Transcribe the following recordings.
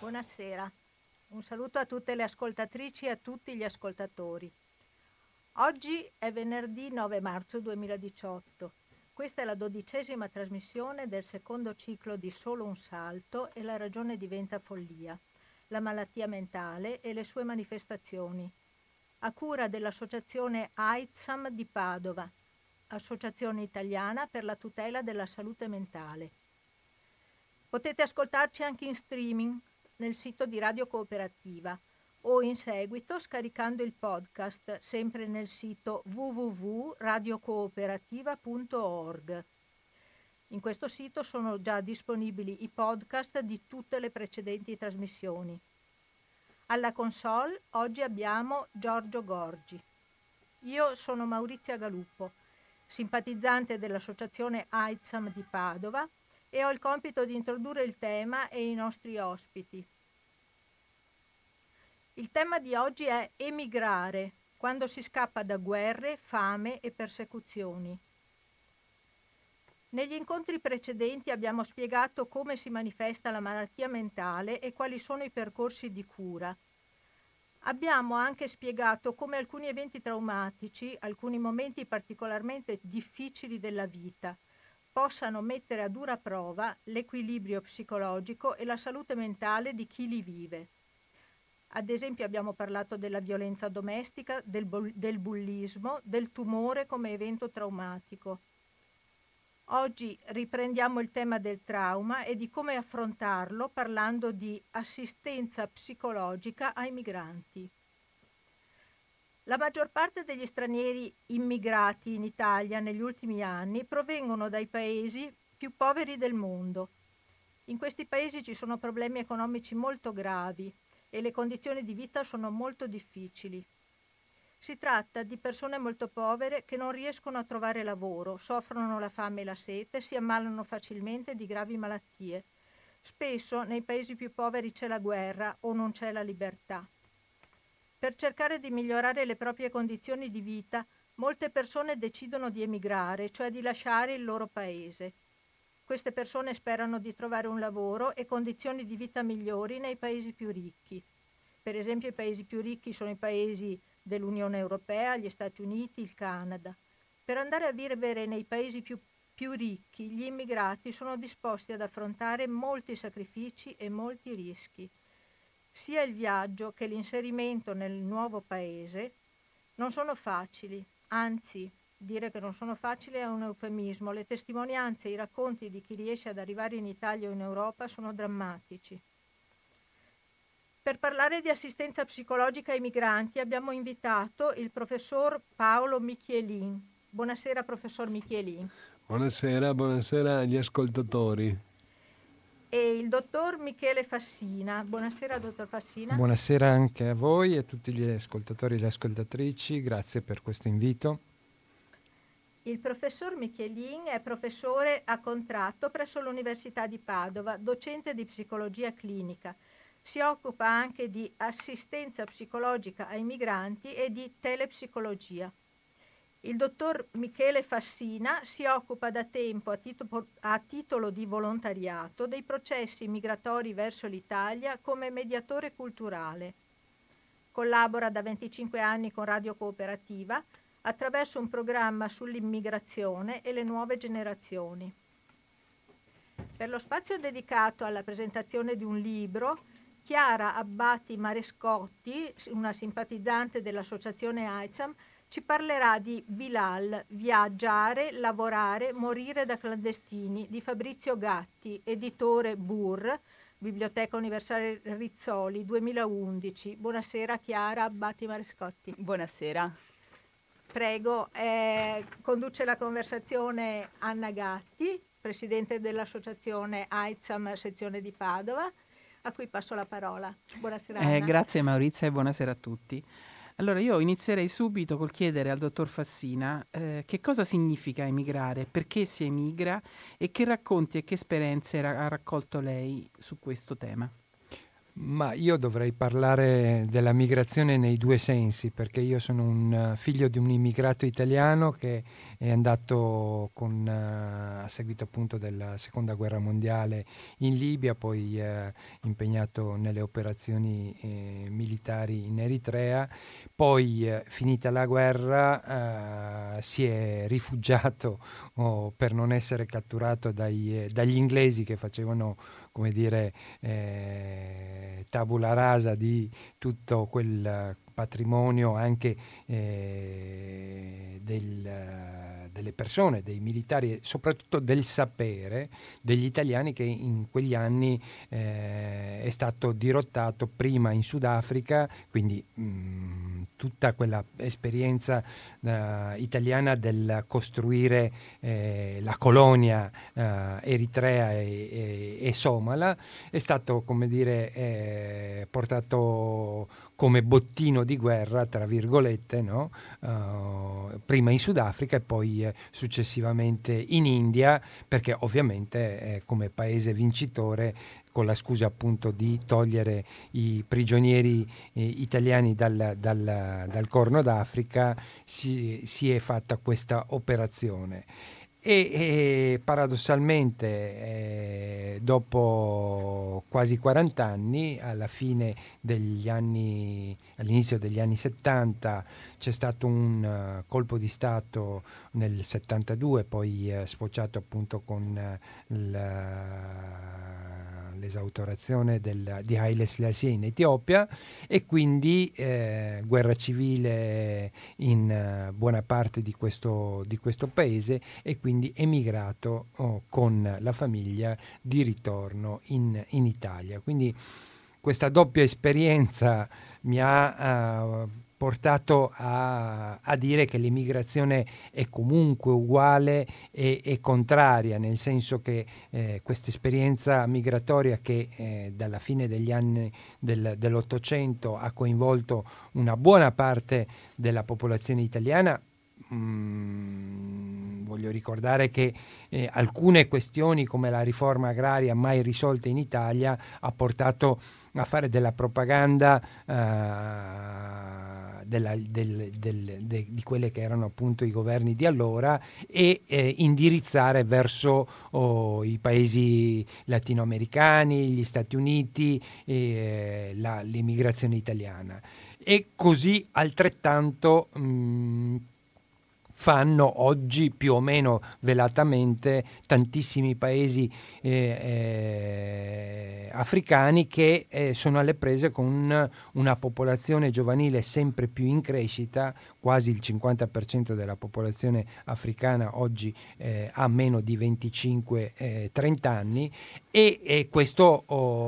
Buonasera, un saluto a tutte le ascoltatrici e a tutti gli ascoltatori. Oggi è venerdì 9 marzo 2018. Questa è la 12ª trasmissione del secondo ciclo di Solo un salto e la ragione diventa follia, la malattia mentale e le sue manifestazioni, a cura dell'associazione AIDSAM di Padova, Associazione Italiana per la tutela della salute mentale. Potete ascoltarci anche in streaming nel sito di Radio Cooperativa o in seguito scaricando il podcast sempre nel sito www.radiocooperativa.org. In questo sito sono già disponibili i podcast di tutte le precedenti trasmissioni. Alla console oggi abbiamo Giorgio Gorgi. Io sono Maurizia Galuppo, simpatizzante dell'associazione AIDSAM di Padova, e ho il compito di introdurre il tema e i nostri ospiti. Il tema di oggi è emigrare, quando si scappa da guerre, fame e persecuzioni. Negli incontri precedenti abbiamo spiegato come si manifesta la malattia mentale e quali sono i percorsi di cura. Abbiamo anche spiegato come alcuni eventi traumatici, alcuni momenti particolarmente difficili della vita, possano mettere a dura prova l'equilibrio psicologico e la salute mentale di chi li vive. Ad esempio abbiamo parlato della violenza domestica, del bullismo, del tumore come evento traumatico. Oggi riprendiamo il tema del trauma e di come affrontarlo parlando di assistenza psicologica ai migranti. La maggior parte degli stranieri immigrati in Italia negli ultimi anni provengono dai paesi più poveri del mondo. In questi paesi ci sono problemi economici molto gravi e le condizioni di vita sono molto difficili. Si tratta di persone molto povere che non riescono a trovare lavoro, soffrono la fame e la sete, si ammalano facilmente di gravi malattie. Spesso nei paesi più poveri c'è la guerra o non c'è la libertà. Per cercare di migliorare le proprie condizioni di vita, molte persone decidono di emigrare, cioè di lasciare il loro paese. Queste persone sperano di trovare un lavoro e condizioni di vita migliori nei paesi più ricchi. Per esempio, i paesi più ricchi sono i paesi dell'Unione Europea, gli Stati Uniti, il Canada. Per andare a vivere nei paesi più ricchi, gli immigrati sono disposti ad affrontare molti sacrifici e molti rischi. Sia il viaggio che l'inserimento nel nuovo paese non sono facili, anzi, dire che non sono facili è un eufemismo. Le testimonianze e i racconti di chi riesce ad arrivare in Italia o in Europa sono drammatici. Per parlare di assistenza psicologica ai migranti abbiamo invitato il professor Paolo Michielin. Buonasera, professor Michielin. Buonasera agli ascoltatori. E il dottor Michele Fassina. Buonasera, dottor Fassina. Buonasera anche a voi e a tutti gli ascoltatori e le ascoltatrici, grazie per questo invito. Il professor Michielin è professore a contratto presso l'Università di Padova, docente di psicologia clinica. Si occupa anche di assistenza psicologica ai migranti e di telepsicologia. Il dottor Michele Fassina si occupa da tempo a titolo di volontariato dei processi migratori verso l'Italia come mediatore culturale. Collabora da 25 anni con Radio Cooperativa attraverso un programma sull'immigrazione e le nuove generazioni. Per lo spazio dedicato alla presentazione di un libro, Chiara Abbati Marescotti, una simpatizzante dell'associazione AIDSAM, ci parlerà di Bilal, viaggiare, lavorare, morire da clandestini, di Fabrizio Gatti, editore BUR, Biblioteca Universale Rizzoli, 2011. Buonasera Chiara Abbati Marescotti. Buonasera. Prego, conduce la conversazione Anna Gatti, presidente dell'associazione AIDSAM sezione di Padova, a cui passo la parola. Buonasera Anna. Grazie Maurizia e buonasera a tutti. Allora io inizierei subito col chiedere al dottor Fassina che cosa significa emigrare, perché si emigra e che racconti e che esperienze ha raccolto lei su questo tema. Ma io dovrei parlare della migrazione nei due sensi, perché io sono un figlio di un immigrato italiano che è andato a seguito appunto della seconda guerra mondiale in Libia, poi impegnato nelle operazioni militari in Eritrea, poi finita la guerra si è rifugiato per non essere catturato dagli inglesi che facevano, come dire, tabula rasa di tutto quel patrimonio anche delle persone, dei militari e soprattutto del sapere degli italiani, che in quegli anni è stato dirottato prima in Sudafrica, quindi tutta quella esperienza italiana del costruire la colonia eritrea e somala è stato, come dire, portato come bottino di guerra, tra virgolette, no? Prima in Sudafrica e poi successivamente in India, perché ovviamente come paese vincitore, con la scusa appunto di togliere i prigionieri italiani dal Corno d'Africa, si è fatta questa operazione. E paradossalmente dopo quasi 40 anni, all'inizio degli anni 70, c'è stato un colpo di Stato nel 72, poi sfociato appunto con l'esautorazione di Haile Selassie in Etiopia, e quindi guerra civile in buona parte di questo paese, e quindi emigrato con la famiglia di ritorno in Italia. Quindi questa doppia esperienza mi ha portato a dire che l'immigrazione è comunque uguale e contraria, nel senso che questa esperienza migratoria che dalla fine degli anni dell'Ottocento ha coinvolto una buona parte della popolazione italiana. Voglio ricordare che alcune questioni come la riforma agraria mai risolte in Italia ha portato a fare della propaganda di quelle che erano appunto i governi di allora, e indirizzare verso i paesi latinoamericani, gli Stati Uniti, l'immigrazione italiana. E così altrettanto fanno oggi più o meno velatamente tantissimi paesi africani che sono alle prese con una popolazione giovanile sempre più in crescita. Quasi il 50% della popolazione africana oggi ha meno di 25-30 anni, e questo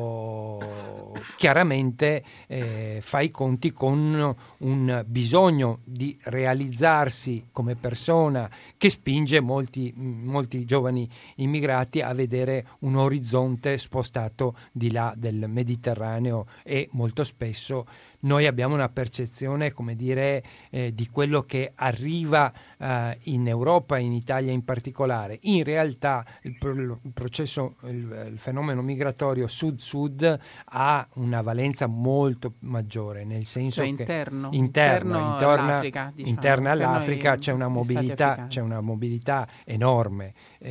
chiaramente fa i conti con un bisogno di realizzarsi come persona, che spinge molti giovani immigrati a vedere un orizzonte spostato di là del Mediterraneo, e molto spesso noi abbiamo una percezione, come dire, di quello che arriva in Europa, in Italia in particolare. In realtà il fenomeno migratorio sud-sud ha una valenza molto maggiore, nel senso che interno all'Africa, diciamo, interna all'Africa c'è una mobilità enorme.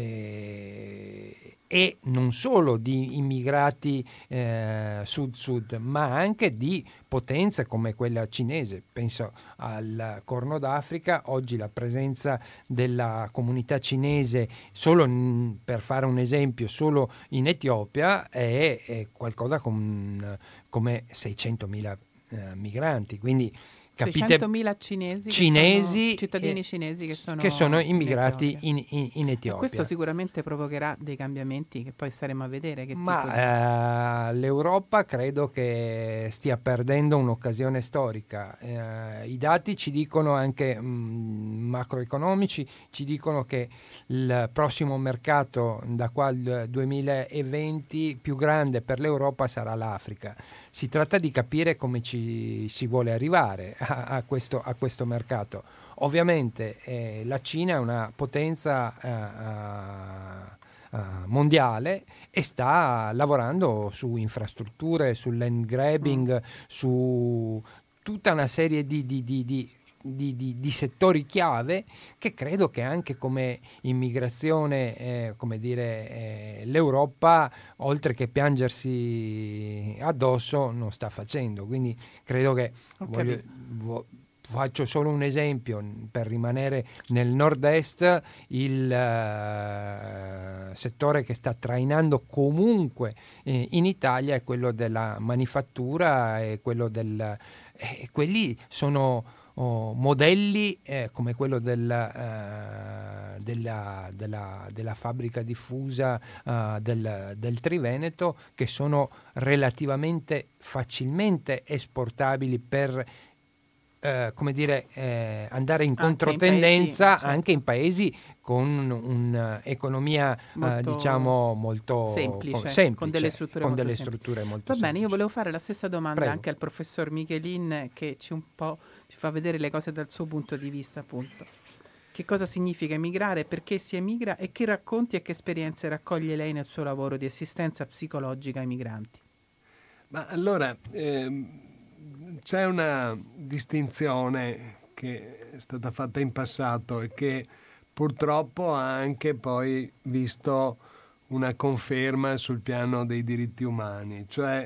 E non solo di immigrati sud-sud, ma anche di potenze come quella cinese. Penso al Corno d'Africa. Oggi la presenza della comunità cinese, solo per fare un esempio, solo in Etiopia è qualcosa come 600.000 migranti. Quindi capite, 600.000 cittadini cinesi che sono immigrati in Etiopia. E questo sicuramente provocherà dei cambiamenti che poi staremo a vedere. L'Europa credo che stia perdendo un'occasione storica. I dati ci dicono, anche macroeconomici, ci dicono che il prossimo mercato da qua al 2020 più grande per l'Europa sarà l'Africa. Si tratta di capire come ci si vuole arrivare a questo mondiale, e sta lavorando su infrastrutture, sul land grabbing, su tutta una serie di settori chiave che credo che anche come immigrazione, l'Europa, oltre che piangersi addosso, non sta facendo. Quindi credo che faccio solo un esempio per rimanere nel nord-est. Il settore che sta trainando comunque in Italia è quello della manifattura, e quello quelli sono modelli come quello della fabbrica diffusa del Triveneto, che sono relativamente facilmente esportabili per andare in controtendenza anche in paesi con un'economia molto semplice, con delle strutture molto semplici. Bene, io semplici. volevo fare la stessa domanda Prego. anche al professor Michelin, che ci fa vedere le cose dal suo punto di vista, appunto. Che cosa significa emigrare, perché si emigra, e che racconti e che esperienze raccoglie lei nel suo lavoro di assistenza psicologica ai migranti? Ma allora, c'è una distinzione che è stata fatta in passato e che purtroppo ha anche poi visto una conferma sul piano dei diritti umani, cioè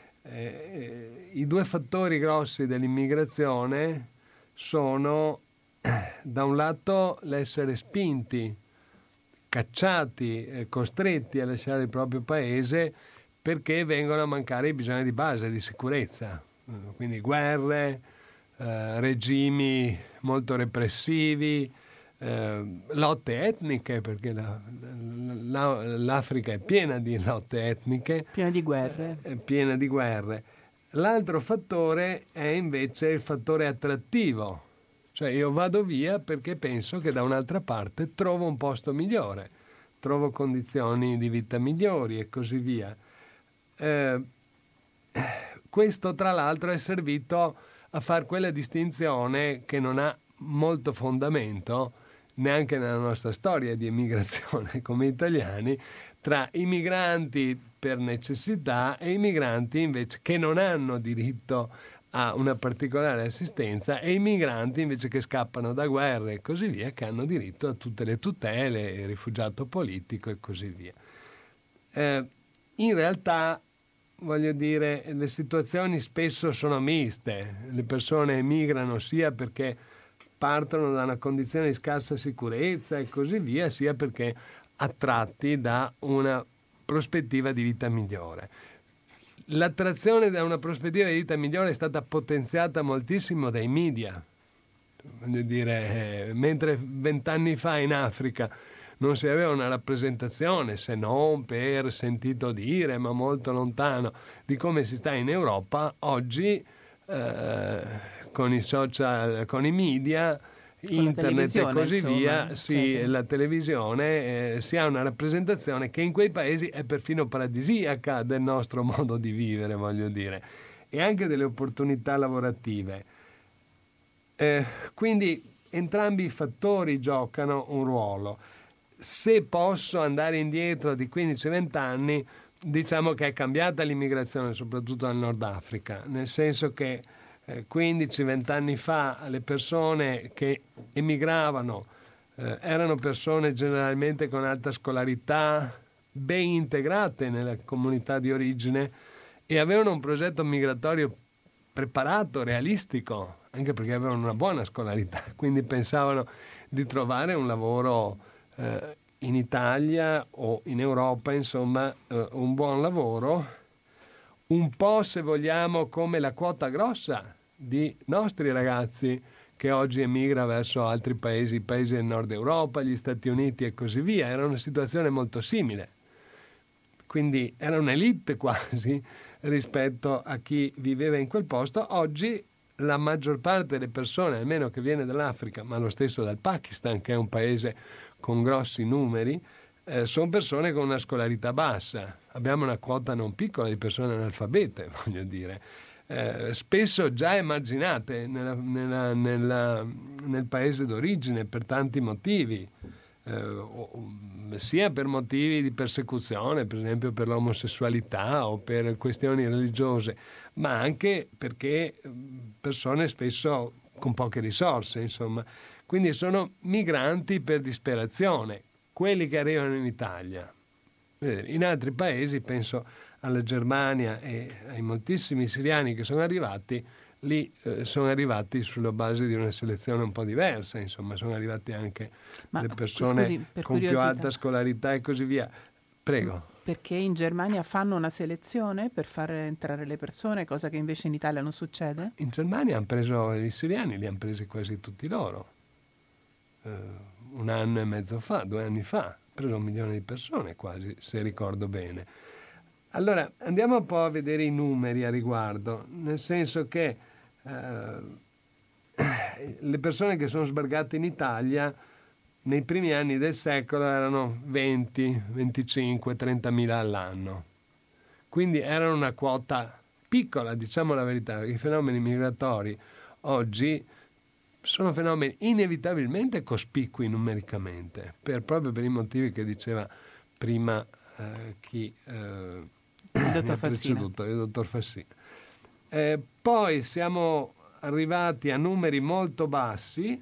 i due fattori grossi dell'immigrazione sono da un lato l'essere spinti, cacciati, costretti a lasciare il proprio paese perché vengono a mancare i bisogni di base di sicurezza, quindi guerre, regimi molto repressivi, lotte etniche, perché l'Africa è piena di lotte etniche, piena di guerre. Piena di guerre. L'altro fattore è invece il fattore attrattivo, cioè io vado via perché penso che da un'altra parte trovo un posto migliore, trovo condizioni di vita migliori e così via. Questo tra l'altro è servito a fare quella distinzione che non ha molto fondamento neanche nella nostra storia di emigrazione come italiani, tra i migranti per necessità e i migranti invece che non hanno diritto a una particolare assistenza, e i migranti invece che scappano da guerre e così via, che hanno diritto a tutte le tutele, il rifugiato politico e così via. In realtà, voglio dire, le situazioni spesso sono miste, le persone emigrano sia perché partono da una condizione di scarsa sicurezza e così via, sia perché attratti da una prospettiva di vita migliore. L'attrazione da una prospettiva di vita migliore è stata potenziata moltissimo dai media. Voglio dire, mentre 20 anni fa in Africa non si aveva una rappresentazione, se non per sentito dire, ma molto lontano, di come si sta in Europa, oggi con i social, con i media, con internet e così via, la televisione, si ha una rappresentazione che in quei paesi è perfino paradisiaca del nostro modo di vivere, voglio dire, e anche delle opportunità lavorative. Quindi entrambi i fattori giocano un ruolo. Se posso andare indietro di 15-20 anni, diciamo che è cambiata l'immigrazione, soprattutto nel Nord Africa, nel senso che 15-20 anni fa le persone che emigravano erano persone generalmente con alta scolarità, ben integrate nella comunità di origine e avevano un progetto migratorio preparato, realistico, anche perché avevano una buona scolarità, quindi pensavano di trovare un lavoro in Italia o in Europa, insomma, un buon lavoro, un po', se vogliamo, come la quota grossa di nostri ragazzi che oggi emigra verso altri paesi, i paesi del Nord Europa, gli Stati Uniti e così via. Era una situazione molto simile. Quindi era un'elite quasi rispetto a chi viveva in quel posto. Oggi la maggior parte delle persone, almeno che viene dall'Africa, ma lo stesso dal Pakistan, che è un paese con grossi numeri, sono persone con una scolarità bassa. Abbiamo una quota non piccola di persone analfabete, voglio dire. Spesso già emarginate nel paese d'origine per tanti motivi, sia per motivi di persecuzione, per esempio per l'omosessualità o per questioni religiose, ma anche perché persone spesso con poche risorse, insomma. Quindi sono migranti per disperazione, quelli che arrivano in Italia. In altri paesi, penso alla Germania e ai moltissimi siriani che sono arrivati, lì sono arrivati sulla base di una selezione un po' diversa, insomma, sono arrivati anche le persone con più alta scolarità e così via. Prego. Perché in Germania fanno una selezione per far entrare le persone, cosa che invece in Italia non succede? In Germania hanno preso i siriani, li hanno presi quasi tutti loro. 1 anno e mezzo fa, 2 anni fa, ha preso 1 milione di persone quasi, se ricordo bene. Allora, andiamo un po' a vedere i numeri a riguardo, nel senso che le persone che sono sbarcate in Italia nei primi anni del secolo erano 20, 25, 30.000 all'anno. Quindi erano una quota piccola, diciamo la verità, perché i fenomeni migratori oggi sono fenomeni inevitabilmente cospicui numericamente, proprio per i motivi che diceva prima chi mi ha preceduto, il dottor Fassina. Poi siamo arrivati a numeri molto bassi,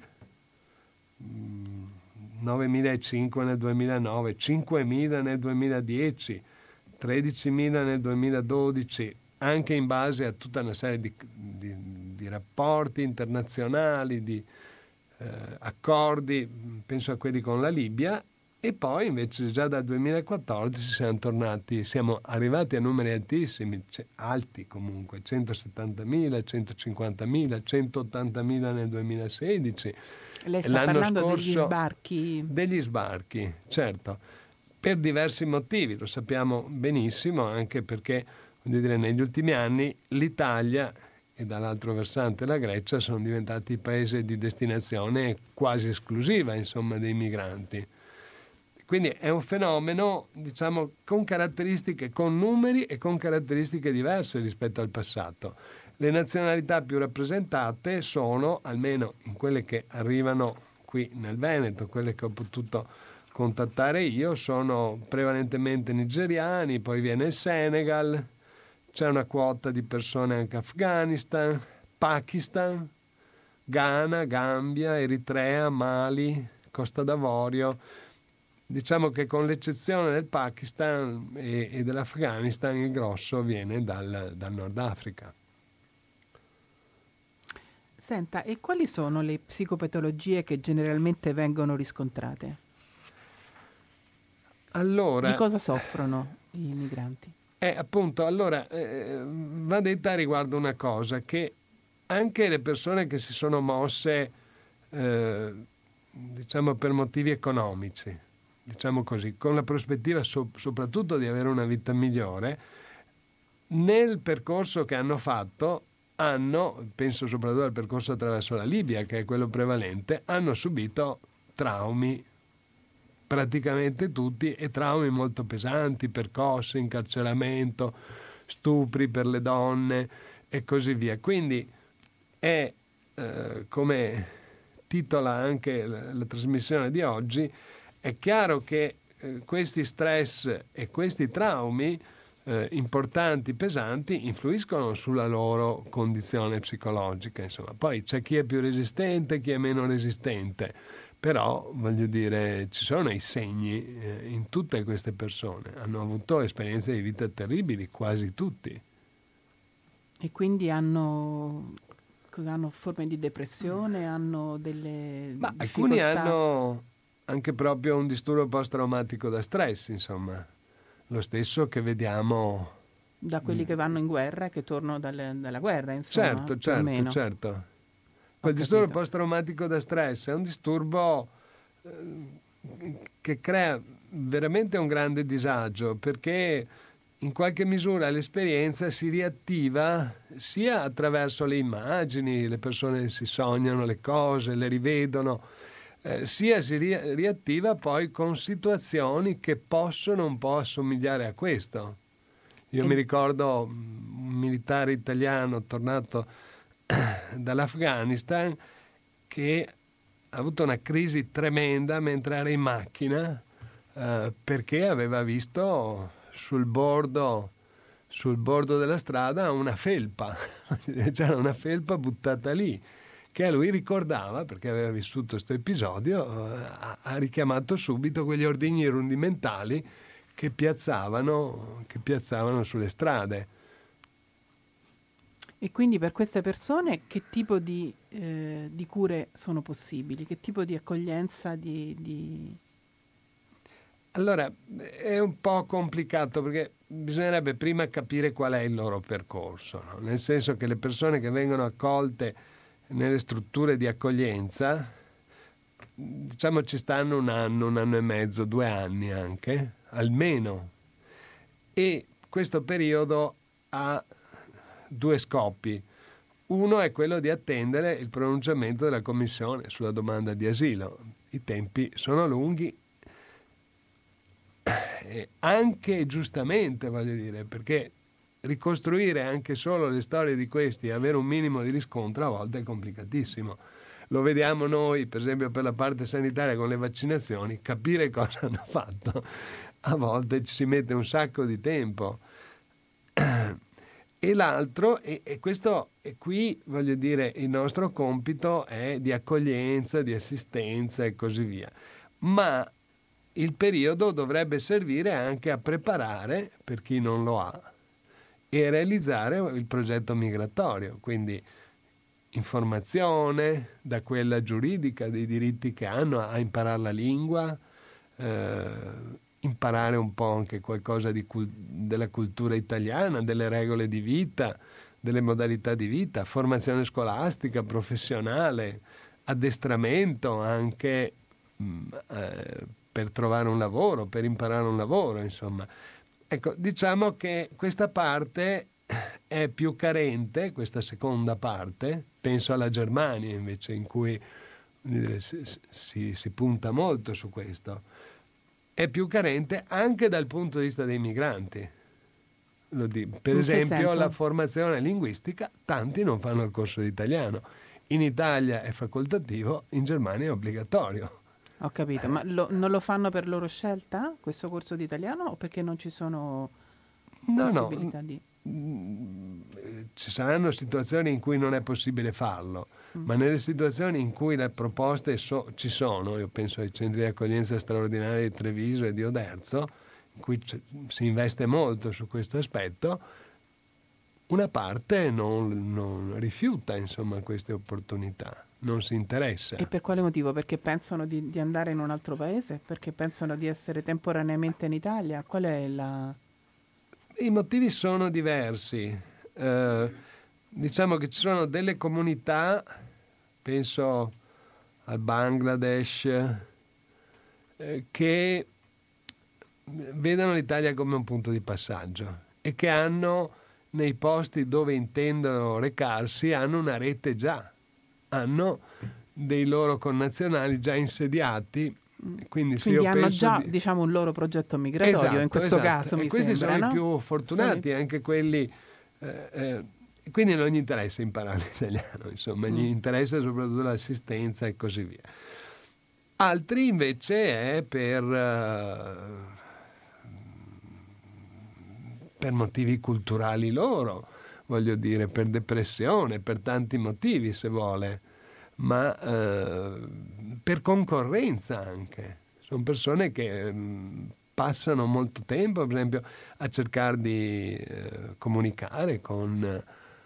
9.500 nel 2009, 5.000 nel 2010, 13.000 nel 2012, anche in base a tutta una serie di rapporti internazionali, di accordi, penso a quelli con la Libia, e poi invece già dal 2014 siamo arrivati a numeri altissimi, alti comunque, 170.000, 150.000, 180.000 nel 2016. Lei sta parlando degli sbarchi? Degli sbarchi, certo, per diversi motivi, lo sappiamo benissimo, anche perché, voglio dire, negli ultimi anni l'Italia e dall'altro versante la Grecia sono diventati i paesi di destinazione quasi esclusiva, insomma, dei migranti. Quindi è un fenomeno, diciamo, con caratteristiche, con numeri e con caratteristiche diverse rispetto al passato. Le nazionalità più rappresentate sono, almeno in quelle che arrivano qui nel Veneto, quelle che ho potuto contattare io, sono prevalentemente nigeriani, poi viene il Senegal, c'è una quota di persone anche Afghanistan, Pakistan, Ghana, Gambia, Eritrea, Mali, Costa d'Avorio. Diciamo che con l'eccezione del Pakistan e dell'Afghanistan il grosso viene dal Nord Africa. Senta, e quali sono le psicopatologie che generalmente vengono riscontrate? Allora, di cosa soffrono i migranti? Appunto, allora va detta a riguardo una cosa, che anche le persone che si sono mosse, diciamo per motivi economici, diciamo così, con la prospettiva soprattutto di avere una vita migliore, nel percorso che hanno fatto, penso soprattutto al percorso attraverso la Libia, che è quello prevalente, hanno subito traumi, praticamente tutti, e traumi molto pesanti, percosse, incarceramento, stupri per le donne e così via. Quindi è, come titola anche la trasmissione di oggi, è chiaro che questi stress e questi traumi importanti, pesanti, influiscono sulla loro condizione psicologica, insomma. Poi c'è chi è più resistente, chi è meno resistente, però voglio dire, ci sono i segni in tutte queste persone, hanno avuto esperienze di vita terribili, quasi tutti. E quindi hanno forme di depressione, hanno delle difficoltà? Alcuni hanno anche proprio un disturbo post-traumatico da stress, insomma, lo stesso che vediamo da quelli che vanno in guerra e che tornano dalla guerra, insomma. Certo. Quel disturbo post-traumatico da stress è un disturbo che crea veramente un grande disagio, perché in qualche misura l'esperienza si riattiva sia attraverso le immagini, le persone si sognano le cose, le rivedono, sia si riattiva poi con situazioni che possono un po' assomigliare a questo. Io mi ricordo un militare italiano tornato dall'Afghanistan che avuto una crisi tremenda mentre era in macchina, perché aveva visto sul bordo della strada una felpa, c'era una felpa buttata lì, che a lui ricordava, perché aveva vissuto questo episodio, ha richiamato subito quegli ordigni rudimentali che piazzavano sulle strade. E quindi per queste persone che tipo di cure sono possibili? Che tipo di accoglienza Allora, è un po' complicato perché bisognerebbe prima capire qual è il loro percorso, no? Nel senso che le persone che vengono accolte nelle strutture di accoglienza, diciamo, ci stanno 1 anno e mezzo, 2 anni anche, almeno. E questo periodo ha 2 scopi. Uno è quello di attendere il pronunciamento della Commissione sulla domanda di asilo. I tempi sono lunghi, anche giustamente, voglio dire, perché ricostruire anche solo le storie di questi e avere un minimo di riscontro a volte è complicatissimo. Lo vediamo noi, per esempio, per la parte sanitaria con le vaccinazioni, capire cosa hanno fatto a volte ci si mette un sacco di tempo. E l'altro, e questo, e qui voglio dire, il nostro compito è di accoglienza, di assistenza e così via. Ma il periodo dovrebbe servire anche a preparare, per chi non lo ha, e realizzare il progetto migratorio, quindi informazione da quella giuridica dei diritti che hanno a imparare la lingua, imparare un po' anche qualcosa della cultura italiana, delle regole di vita, delle modalità di vita, formazione scolastica, professionale, addestramento anche per trovare un lavoro, per imparare un lavoro, insomma. Ecco, diciamo che questa parte è più carente, questa seconda parte, penso alla Germania invece, in cui si punta molto su questo, è più carente anche dal punto di vista dei migranti. Per esempio la formazione linguistica, tanti non fanno il corso di italiano. In Italia è facoltativo, in Germania è obbligatorio. Ho capito, ma non lo fanno per loro scelta, questo corso di italiano, o perché non ci sono possibilità di... Ci saranno situazioni in cui non è possibile farlo, ma nelle situazioni in cui le proposte ci sono, io penso ai centri di accoglienza straordinari di Treviso e di Oderzo, in cui si investe molto su questo aspetto, una parte non rifiuta, insomma, queste opportunità. Non si interessa. E per quale motivo? Perché pensano di andare in un altro paese? Perché pensano di essere temporaneamente in Italia? Qual è la... I motivi sono diversi. Diciamo che ci sono delle comunità, penso al Bangladesh, che vedono l'Italia come un punto di passaggio e che hanno, nei posti dove intendono recarsi, hanno una rete già. Hanno dei loro connazionali già insediati, quindi hanno già diciamo un loro progetto migratorio, esatto, in questo caso mi questi sembra, sono no? I più fortunati, anche quelli quindi non gli interessa imparare l'italiano, insomma, gli interessa soprattutto l'assistenza e così via. Altri invece è per motivi culturali loro, voglio dire, per depressione, per tanti motivi se vuole, ma per concorrenza anche. Sono persone che passano molto tempo, per esempio, a cercare di comunicare con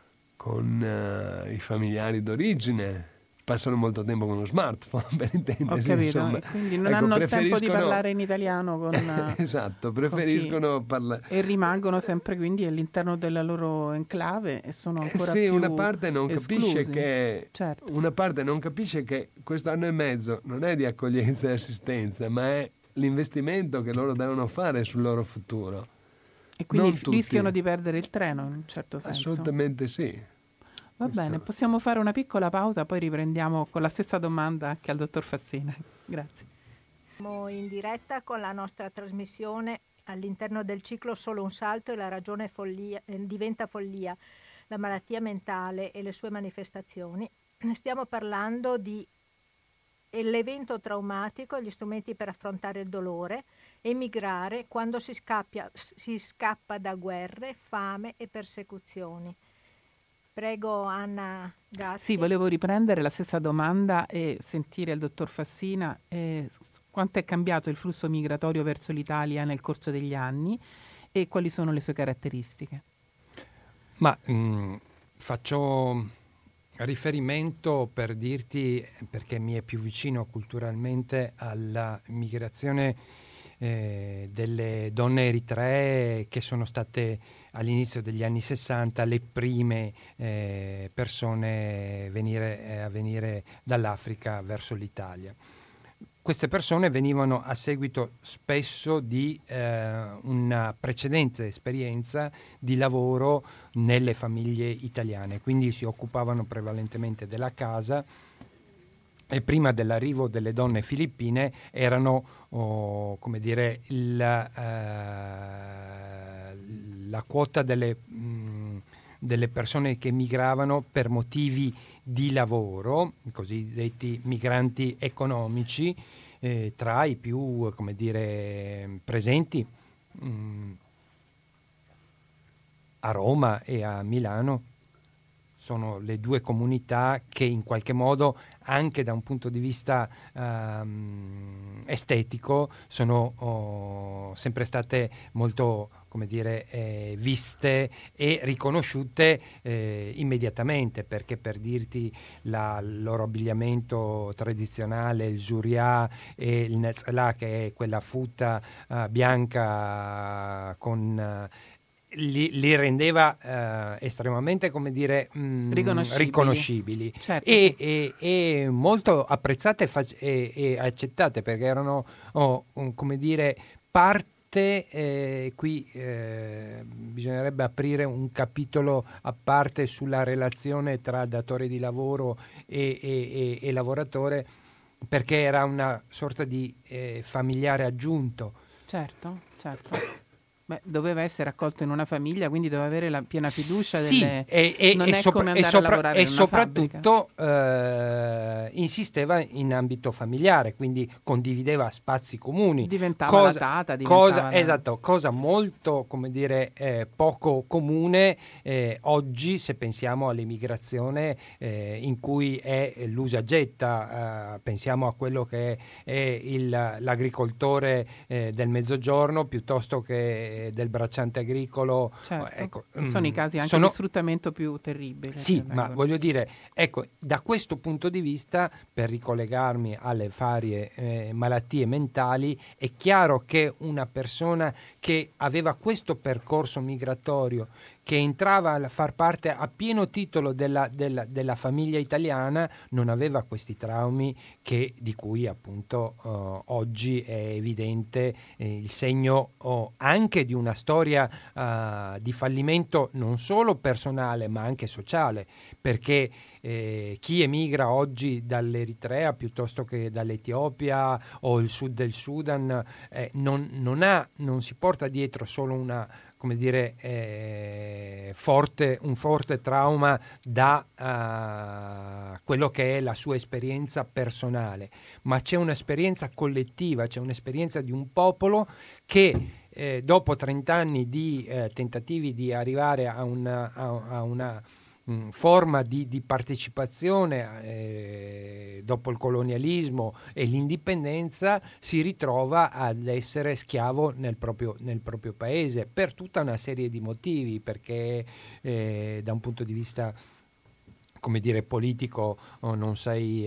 i familiari d'origine. Passano molto tempo con lo smartphone, per intendersi. Ho capito, insomma. Quindi non hanno il tempo di parlare in italiano con esatto, preferiscono parlare. E rimangono sempre quindi all'interno della loro enclave e sono ancora più una parte non esclusi. capisce che certo. Una parte non capisce che questo anno e mezzo non è di accoglienza e assistenza, ma è l'investimento che loro devono fare sul loro futuro. E quindi rischiano di perdere il treno in un certo senso. Assolutamente sì. Va bene, possiamo fare una piccola pausa, poi riprendiamo con la stessa domanda anche al dottor Fassina. Grazie. Siamo in diretta con la nostra trasmissione all'interno del ciclo Solo un salto e la ragione diventa follia, la malattia mentale e le sue manifestazioni. Stiamo parlando di e l'evento traumatico, gli strumenti per affrontare il dolore, emigrare quando si scappa da guerre, fame e persecuzioni. Prego Anna Gatti. Sì, volevo riprendere la stessa domanda e sentire il dottor Fassina quanto è cambiato il flusso migratorio verso l'Italia nel corso degli anni e quali sono le sue caratteristiche. Ma faccio riferimento, per dirti, perché mi è più vicino culturalmente, alla migrazione delle donne eritree che sono state all'inizio degli anni 60 le prime persone a venire dall'Africa verso l'Italia. Queste persone venivano a seguito spesso di una precedente esperienza di lavoro nelle famiglie italiane, quindi si occupavano prevalentemente della casa e prima dell'arrivo delle donne filippine erano, come dire, la quota delle persone che migravano per motivi di lavoro, i cosiddetti migranti economici, tra i più, come dire, presenti a Roma e a Milano. Sono le due comunità che in qualche modo, anche da un punto di vista estetico, sono sempre state molto, come dire, viste e riconosciute immediatamente, perché, per dirti, il loro abbigliamento tradizionale, il zuria e il netzela, che è quella futa bianca con... Li rendeva estremamente, come dire, riconoscibili. Certo. E molto apprezzate e accettate, perché erano, come dire, parte. Qui bisognerebbe aprire un capitolo a parte sulla relazione tra datore di lavoro e lavoratore, perché era una sorta di familiare aggiunto. Certo. Beh, doveva essere accolto in una famiglia, quindi doveva avere la piena fiducia sì, non è come andare a lavorare in una soprattutto insisteva in ambito familiare, quindi condivideva spazi comuni. Diventava la tata, esatto, cosa molto, come dire, poco comune oggi, se pensiamo all'emigrazione in cui è l'usa getta, pensiamo a quello che è l'agricoltore del mezzogiorno piuttosto che del bracciante agricolo. Certo. Ecco, sono i casi anche di sfruttamento più terribili. Sì, ma voglio dire, ecco, da questo punto di vista, per ricollegarmi alle varie malattie mentali, è chiaro che una persona che aveva questo percorso migratorio, che entrava a far parte a pieno titolo della famiglia italiana, non aveva questi traumi di cui appunto oggi è evidente il segno anche di una storia di fallimento non solo personale ma anche sociale, perché chi emigra oggi dall'Eritrea piuttosto che dall'Etiopia o il sud del Sudan non si porta dietro solo una, come dire, un forte trauma da quello che è la sua esperienza personale, ma c'è un'esperienza collettiva, c'è un'esperienza di un popolo che dopo 30 anni di tentativi di arrivare a una forma di partecipazione dopo il colonialismo e l'indipendenza, si ritrova ad essere schiavo nel proprio paese per tutta una serie di motivi, perché da un punto di vista, come dire, politico non sei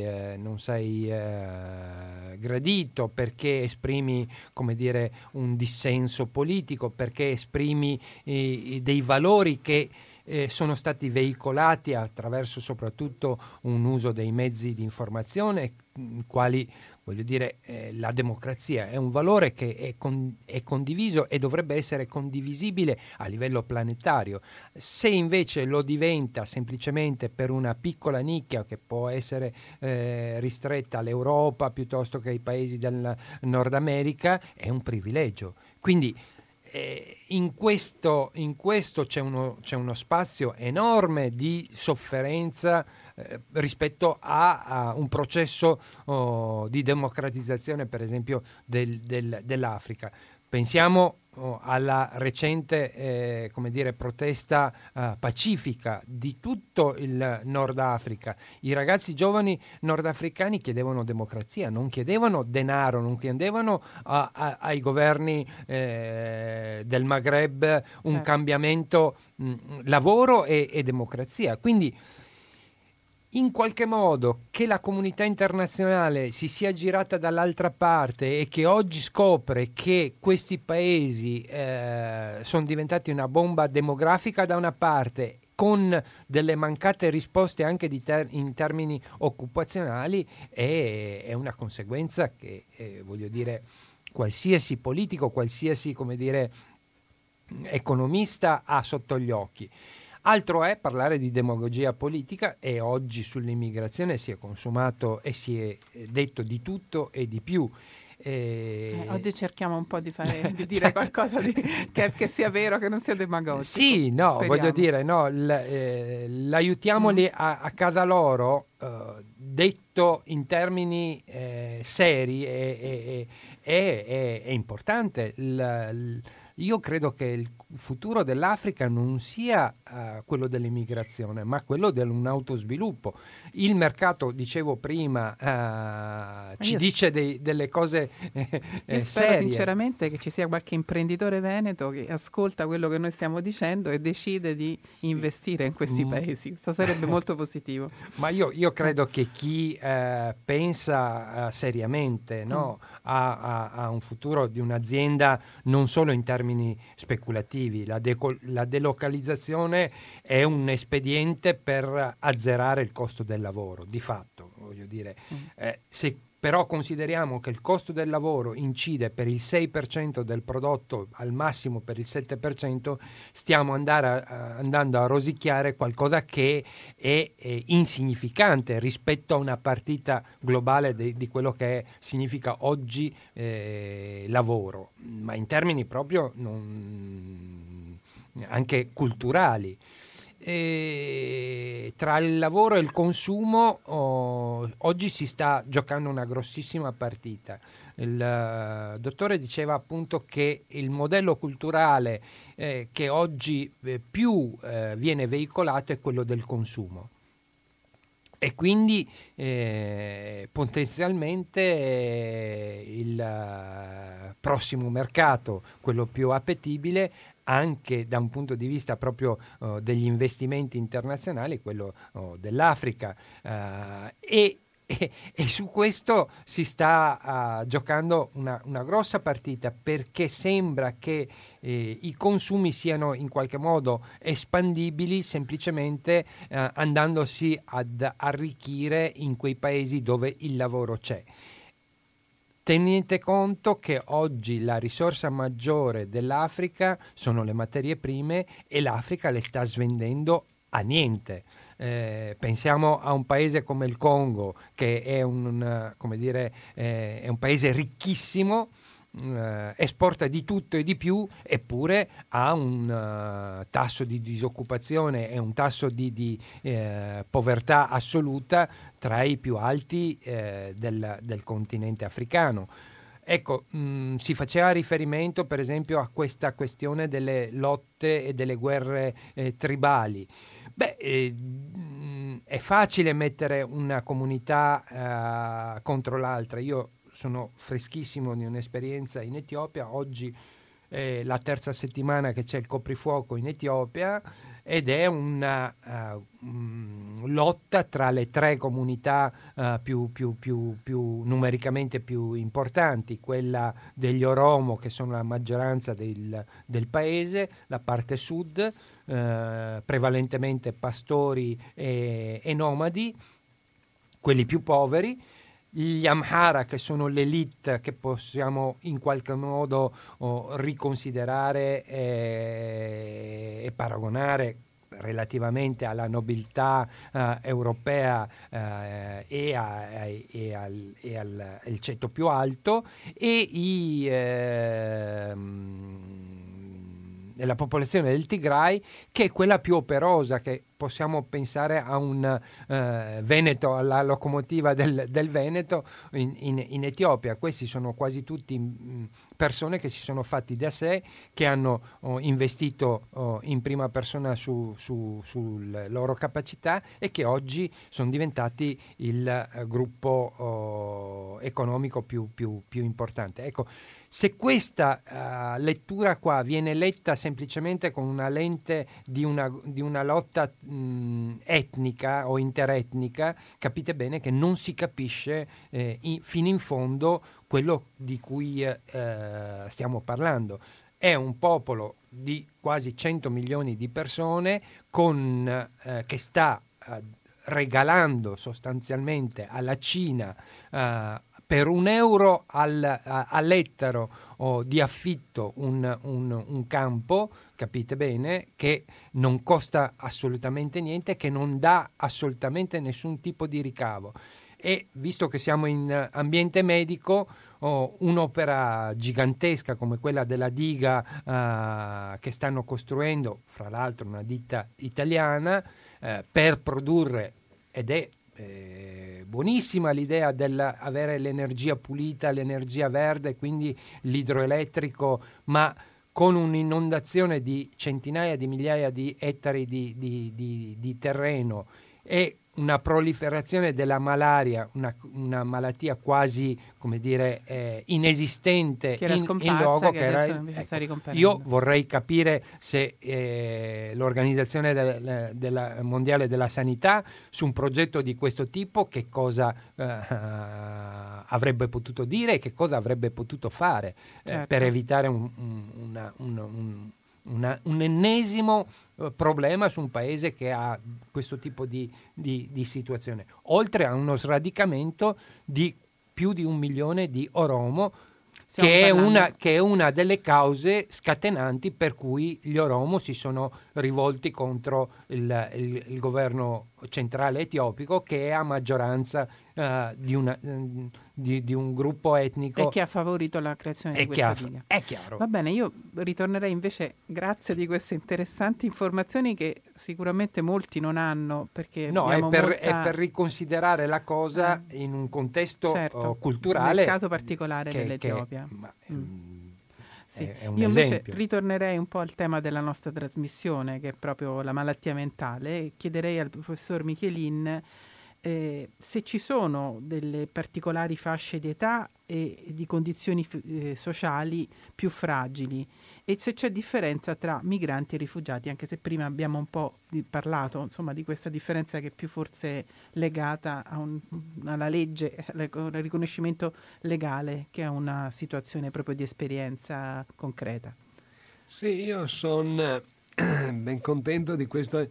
gradito, perché esprimi, come dire, un dissenso politico, perché esprimi dei valori che sono stati veicolati attraverso soprattutto un uso dei mezzi di informazione, quali, voglio dire, la democrazia è un valore che è condiviso e dovrebbe essere condivisibile a livello planetario. Se invece lo diventa semplicemente per una piccola nicchia che può essere ristretta all'Europa piuttosto che ai paesi del Nord America, è un privilegio. Quindi in questo c'è uno spazio enorme di sofferenza rispetto a un processo di democratizzazione, per esempio, dell'Africa. Pensiamo alla recente protesta pacifica di tutto il Nord Africa. I ragazzi giovani nordafricani chiedevano democrazia, non chiedevano denaro, non chiedevano ai governi del Maghreb un cambiamento, lavoro e democrazia. Quindi in qualche modo che la comunità internazionale si sia girata dall'altra parte e che oggi scopre che questi paesi sono diventati una bomba demografica da una parte, con delle mancate risposte anche in termini occupazionali, è una conseguenza che, voglio dire, qualsiasi politico, qualsiasi, economista ha sotto gli occhi. Altro è parlare di demagogia politica, e oggi sull'immigrazione si è consumato e si è detto di tutto e di più. Oggi cerchiamo un po' di dire qualcosa che sia vero, che non sia demagogico. Sì, no, speriamo. Voglio dire, no, l'aiutiamoli a casa loro, detto in termini seri, è importante. Io credo che il futuro dell'Africa non sia quello dell'immigrazione, ma quello di un autosviluppo. Il mercato, dicevo prima, ci dice delle cose io spero sinceramente che ci sia qualche imprenditore veneto che ascolta quello che noi stiamo dicendo e decide di investire in questi paesi. Questo sarebbe molto positivo. Ma io credo che chi pensa seriamente, no, a un futuro di un'azienda, non solo in termini speculativi, la delocalizzazione è un espediente per azzerare il costo del lavoro, di fatto, voglio dire. Se però consideriamo che il costo del lavoro incide per il 6% del prodotto, al massimo per il 7%, stiamo andando a rosicchiare qualcosa che è insignificante rispetto a una partita globale di quello che significa oggi lavoro, ma in termini proprio anche culturali. Tra il lavoro e il consumo oggi si sta giocando una grossissima partita. Il dottore diceva appunto che il modello culturale che oggi più viene veicolato è quello del consumo, e quindi potenzialmente il prossimo mercato, quello più appetibile anche da un punto di vista proprio degli investimenti internazionali, quello dell'Africa, e su questo si sta giocando una grossa partita, perché sembra che i consumi siano in qualche modo espandibili semplicemente andandosi ad arricchire in quei paesi dove il lavoro c'è. Tenete conto che oggi la risorsa maggiore dell'Africa sono le materie prime, e l'Africa le sta svendendo a niente. Pensiamo a un paese come il Congo, che è un paese ricchissimo, esporta di tutto e di più, eppure ha un tasso di disoccupazione e un tasso di povertà assoluta tra i più alti del continente africano. Ecco, si faceva riferimento per esempio a questa questione delle lotte e delle guerre tribali. È facile mettere una comunità contro l'altra. Io sono freschissimo di un'esperienza in Etiopia. Oggi è la terza settimana che c'è il coprifuoco in Etiopia, ed è una lotta tra le tre comunità più numericamente più importanti, quella degli Oromo, che sono la maggioranza del paese, la parte sud, prevalentemente pastori e nomadi, quelli più poveri, gli Amhara, che sono l'elite che possiamo in qualche modo riconsiderare e paragonare relativamente alla nobiltà europea e al ceto più alto, e la popolazione del Tigray, che è quella più operosa, che possiamo pensare a un Veneto, alla locomotiva del Veneto in Etiopia. Questi sono quasi tutti persone che si sono fatti da sé, che hanno investito in prima persona sulle loro capacità e che oggi sono diventati il gruppo economico più importante. Ecco, se questa lettura qua viene letta semplicemente con una lente di una lotta etnica o interetnica, capite bene che non si capisce fino in fondo quello di cui stiamo parlando. È un popolo di quasi 100 milioni di persone che sta regalando sostanzialmente alla Cina per €1 all'ettaro di affitto un campo, capite bene, che non costa assolutamente niente, che non dà assolutamente nessun tipo di ricavo. E visto che siamo in ambiente medico, un'opera gigantesca come quella della diga che stanno costruendo, fra l'altro una ditta italiana, per produrre, ed è buonissima l'idea dell'avere l'energia pulita, l'energia verde, quindi l'idroelettrico, ma con un'inondazione di centinaia di migliaia di ettari di terreno e una proliferazione della malaria, una malattia quasi, come dire, inesistente in luogo, che era, io vorrei capire se l'Organizzazione Mondiale della Sanità, su un progetto di questo tipo, che cosa avrebbe potuto dire e che cosa avrebbe potuto fare per evitare un ennesimo problema su un paese che ha questo tipo di situazione, oltre a uno sradicamento di più di 1 milione di Oromo, che è una delle cause scatenanti per cui gli Oromo si sono rivolti contro il governo centrale etiopico, che è a maggioranza di un gruppo etnico e che ha favorito la creazione di questa diga. È chiaro. Va bene, io ritornerei invece, grazie di queste interessanti informazioni che sicuramente molti non hanno, perché è per riconsiderare la cosa in un contesto culturale, nel caso particolare dell'Etiopia. Sì. È un Io esempio. Invece ritornerei un po' al tema della nostra trasmissione, che è proprio la malattia mentale, e chiederei al professor Michelin se ci sono delle particolari fasce di età e di condizioni sociali più fragili, e se c'è differenza tra migranti e rifugiati, anche se prima abbiamo un po' parlato, insomma, di questa differenza che è più forse legata alla legge, al riconoscimento legale, che a una situazione proprio di esperienza concreta. Sì, io sono ben contento di questi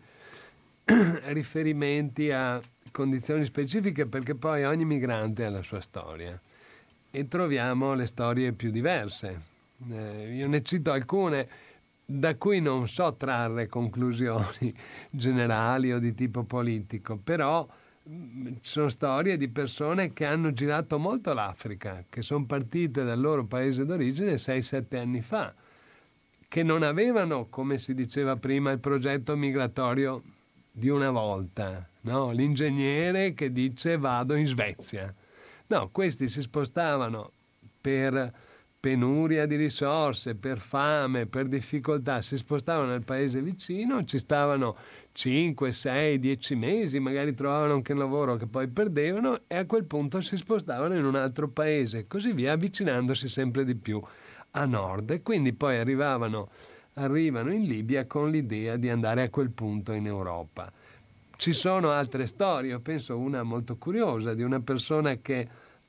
riferimenti a condizioni specifiche, perché poi ogni migrante ha la sua storia e troviamo le storie più diverse. Io ne cito alcune da cui non so trarre conclusioni generali o di tipo politico, però sono storie di persone che hanno girato molto l'Africa, che sono partite dal loro paese d'origine 6-7 anni fa, che non avevano, come si diceva prima, il progetto migratorio di una volta, no? L'ingegnere che dice vado in Svezia. No, questi si spostavano per penuria di risorse, per fame, per difficoltà, si spostavano nel paese vicino, ci stavano 5, 6, 10 mesi, magari trovavano anche un lavoro che poi perdevano e a quel punto si spostavano in un altro paese, così via, avvicinandosi sempre di più a nord, e quindi poi arrivano in Libia con l'idea di andare a quel punto in Europa. Ci sono altre storie, io penso una molto curiosa di una persona che,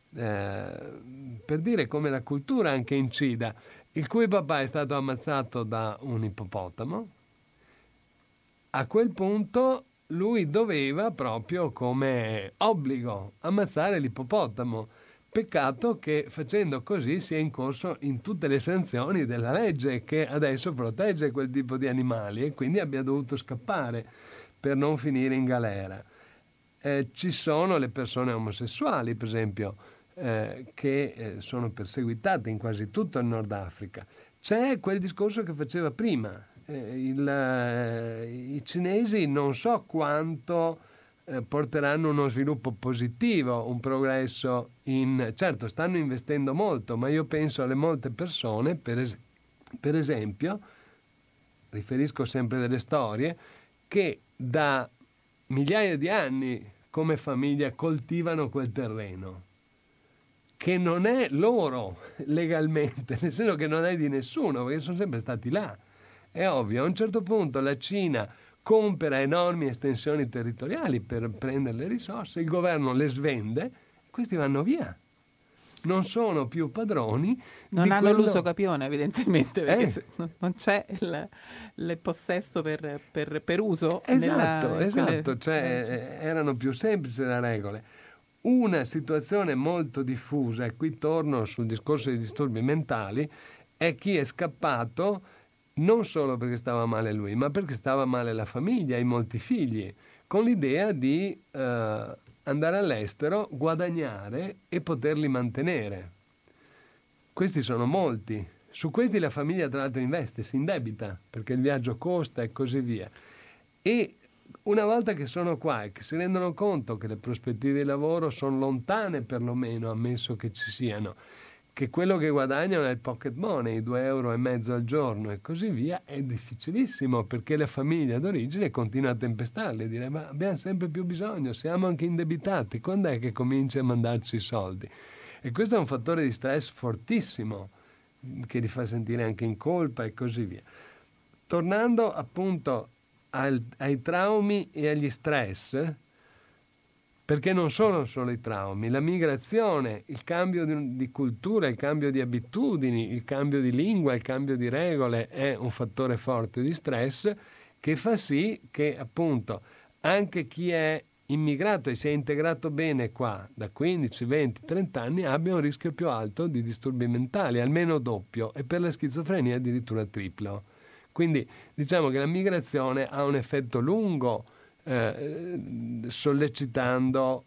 per dire come la cultura anche incida, il cui papà è stato ammazzato da un ippopotamo. A quel punto lui doveva, proprio come obbligo, ammazzare l'ippopotamo. Peccato che facendo così sia incorso in tutte le sanzioni della legge, che adesso protegge quel tipo di animali, e quindi abbia dovuto scappare per non finire in galera. Ci sono le persone omosessuali, per esempio, che sono perseguitate in quasi tutto il Nord Africa. c'è quel discorso che faceva prima. I cinesi non so quanto porteranno uno sviluppo positivo, un progresso certo stanno investendo molto, ma io penso alle molte persone, per esempio, riferisco sempre delle storie, che da migliaia di anni come famiglia coltivano quel terreno, che non è loro legalmente, nel senso che non è di nessuno, perché sono sempre stati là. È ovvio, a un certo punto la Cina compra enormi estensioni territoriali per prendere le risorse, il governo le svende, questi vanno via. Non sono più padroni. Non hanno quello... l'uso capione, evidentemente, perché non c'è il possesso per uso. Esatto. Cioè, erano più semplici le regole. Una situazione molto diffusa, e qui torno sul discorso dei disturbi mentali, è chi è scappato non solo perché stava male lui, ma perché stava male la famiglia, i molti figli, con l'idea di andare all'estero, guadagnare e poterli mantenere. Questi sono molti. Su questi la famiglia tra l'altro investe, si indebita, perché il viaggio costa e così via. E una volta che sono qua e che si rendono conto che le prospettive di lavoro sono lontane perlomeno, ammesso che ci siano, che quello che guadagnano è il pocket money, 2,5 euro al giorno e così via, è difficilissimo, perché la famiglia d'origine continua a tempestarli e dire: ma abbiamo sempre più bisogno, siamo anche indebitati, quando è che cominci a mandarci i soldi? E questo è un fattore di stress fortissimo, che li fa sentire anche in colpa e così via. Tornando appunto ai traumi e agli stress, perché non sono solo i traumi, la migrazione, il cambio di cultura, il cambio di abitudini, il cambio di lingua, il cambio di regole è un fattore forte di stress che fa sì che appunto anche chi è immigrato e si è integrato bene qua da 15, 20, 30 anni abbia un rischio più alto di disturbi mentali, almeno doppio, e per la schizofrenia addirittura triplo. Quindi diciamo che la migrazione ha un effetto lungo, sollecitando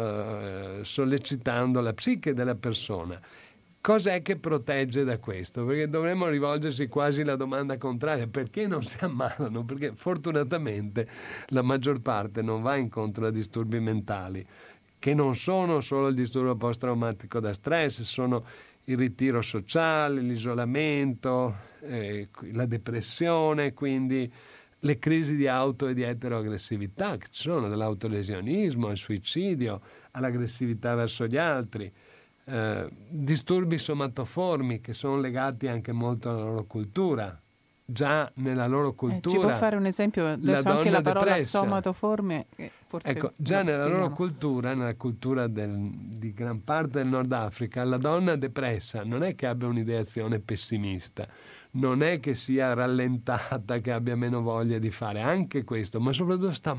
la psiche della persona. Cos'è che protegge da questo? Perché dovremmo rivolgersi quasi alla domanda contraria: perché non si ammalano? Perché fortunatamente la maggior parte non va incontro a disturbi mentali, che non sono solo il disturbo post-traumatico da stress, sono il ritiro sociale, l'isolamento, la depressione, quindi le crisi di auto e di eteroaggressività che ci sono, dall'autolesionismo al suicidio, all'aggressività verso gli altri, disturbi somatoformi che sono legati anche molto alla loro cultura. Già nella loro cultura, ci può fare un esempio? Adesso anche la parola depressa, somatoforme, ecco, già nella loro cultura, nella cultura di gran parte del Nord Africa, la donna depressa non è che abbia un'ideazione pessimista, non è che sia rallentata, che abbia meno voglia di fare anche questo, ma soprattutto sta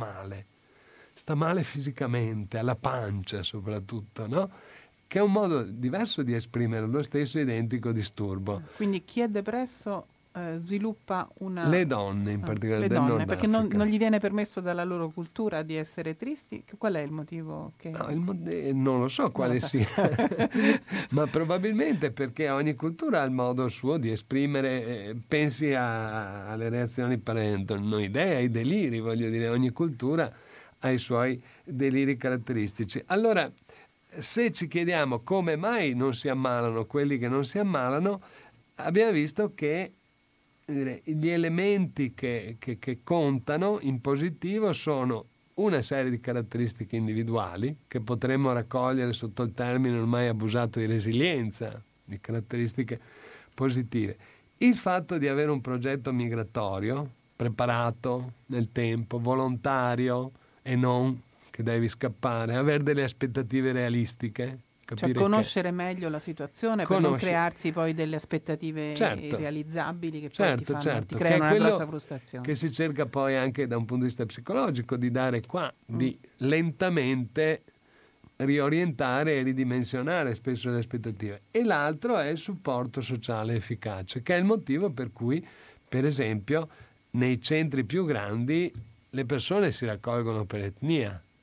male fisicamente, alla pancia soprattutto, no? Che è un modo diverso di esprimere lo stesso identico disturbo. Quindi chi è depresso sviluppa una... Le donne in particolare del donne, Nord perché non gli viene permesso dalla loro cultura di essere tristi? Qual è il motivo? Che... No, non lo so quale sia, ma probabilmente perché ogni cultura ha il modo suo di esprimere, pensi alle reazioni paranoidee, ai deliri, voglio dire, ogni cultura ha i suoi deliri caratteristici. Allora, se ci chiediamo come mai non si ammalano quelli che non si ammalano, abbiamo visto che gli elementi che contano in positivo sono una serie di caratteristiche individuali che potremmo raccogliere sotto il termine ormai abusato di resilienza, di caratteristiche positive. Il fatto di avere un progetto migratorio preparato nel tempo, volontario e non che devi scappare, avere delle aspettative realistiche. Cioè conoscere meglio la situazione per non crearsi poi delle aspettative irrealizzabili che poi ti creano una grossa frustrazione. Che si cerca poi anche da un punto di vista psicologico di dare qua, di lentamente riorientare e ridimensionare spesso le aspettative. E l'altro è il supporto sociale efficace, che è il motivo per cui, per esempio, nei centri più grandi le persone si raccolgono per etnia.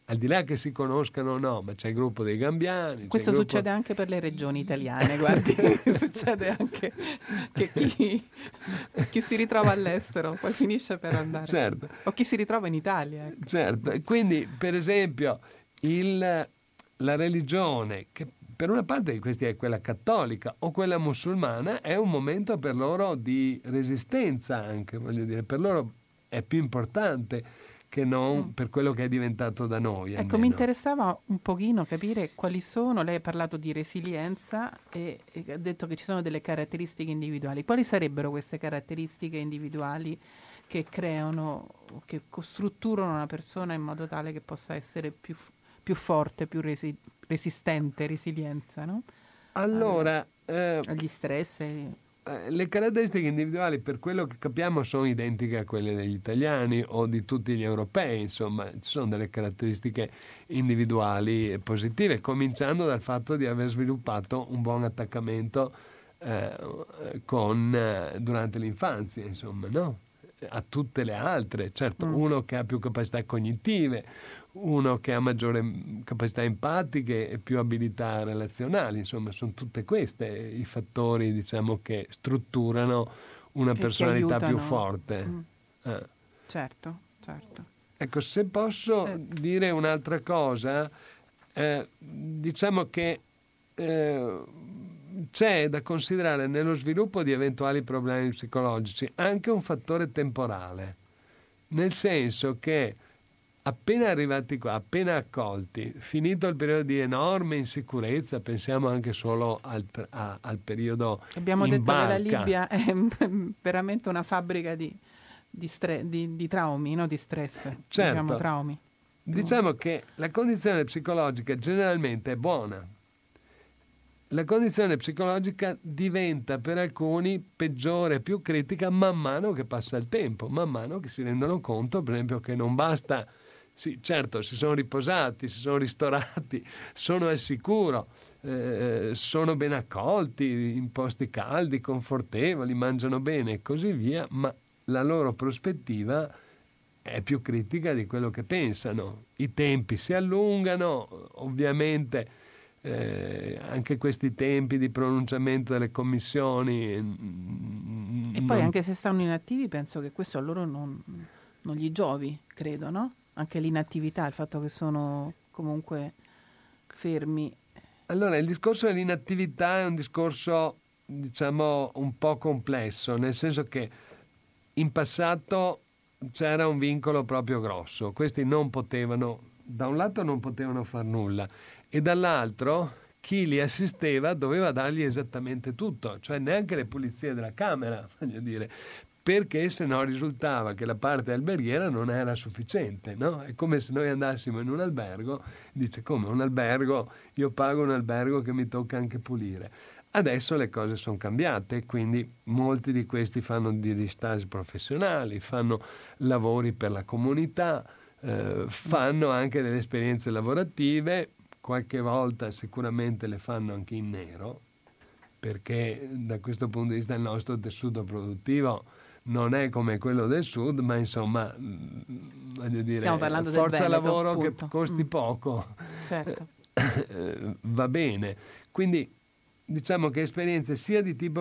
al di là che si conoscano o no, ma c'è il gruppo dei Gambiani. Questo succede anche per le regioni italiane, guardi, succede anche che chi si ritrova all'estero poi finisce per andare. Certo. O chi si ritrova in Italia. Ecco. Certo, e quindi per esempio la religione, che per una parte di questi è quella cattolica o quella musulmana, è un momento per loro di resistenza anche, voglio dire, per loro è più importante che non per quello che è diventato da noi. Ecco, mi interessava un pochino capire quali sono, lei ha parlato di resilienza e ha detto che ci sono delle caratteristiche individuali. Quali sarebbero queste caratteristiche individuali che creano, che strutturano una persona in modo tale che possa essere più forte, più resistente, resilienza, no? Allora, agli stress. Le caratteristiche individuali, per quello che capiamo, sono identiche a quelle degli italiani o di tutti gli europei. Insomma, ci sono delle caratteristiche individuali positive, cominciando dal fatto di aver sviluppato un buon attaccamento durante l'infanzia, insomma, no? A tutte le altre. Certo, uno che ha più capacità cognitive, uno che ha maggiore capacità empatiche e più abilità relazionali, insomma, sono tutte queste i fattori, diciamo, che strutturano una personalità più forte. Certo. Ecco, se posso dire un'altra cosa, diciamo che c'è da considerare nello sviluppo di eventuali problemi psicologici anche un fattore temporale, nel senso che appena arrivati qua, appena accolti, finito il periodo di enorme insicurezza, pensiamo anche solo al periodo abbiamo in detto barca. Che la Libia è veramente una fabbrica di traumi, no? Di stress, certo. diciamo traumi. Diciamo che la condizione psicologica generalmente è buona. La condizione psicologica diventa per alcuni peggiore, più critica man mano che passa il tempo, man mano che si rendono conto, per esempio, che non basta. Sì, certo, si sono riposati, si sono ristorati, sono al sicuro, sono ben accolti in posti caldi, confortevoli, mangiano bene e così via, ma la loro prospettiva è più critica di quello che pensano. I tempi si allungano, ovviamente anche questi tempi di pronunciamento delle commissioni. E poi anche se stanno inattivi, penso che questo a loro non gli giovi, credo, no? Anche l'inattività, il fatto che sono comunque fermi. Allora, il discorso dell'inattività è un discorso, diciamo, un po' complesso, nel senso che in passato c'era un vincolo proprio grosso. Questi non potevano, da un lato non potevano far nulla e dall'altro chi li assisteva doveva dargli esattamente tutto, cioè neanche le pulizie della camera, voglio dire, perché se no risultava che la parte alberghiera non era sufficiente, no? È come se noi andassimo in un albergo, dice come un albergo, io pago un albergo che mi tocca anche pulire. Adesso le cose sono cambiate, quindi molti di questi fanno degli stage professionali, fanno lavori per la comunità, fanno anche delle esperienze lavorative, qualche volta sicuramente le fanno anche in nero, perché da questo punto di vista il nostro tessuto produttivo non è come quello del sud, ma insomma, voglio dire, stiamo parlando forza del Veneto, lavoro appunto. Che costi poco, certo. Va bene. Quindi diciamo che esperienze sia di tipo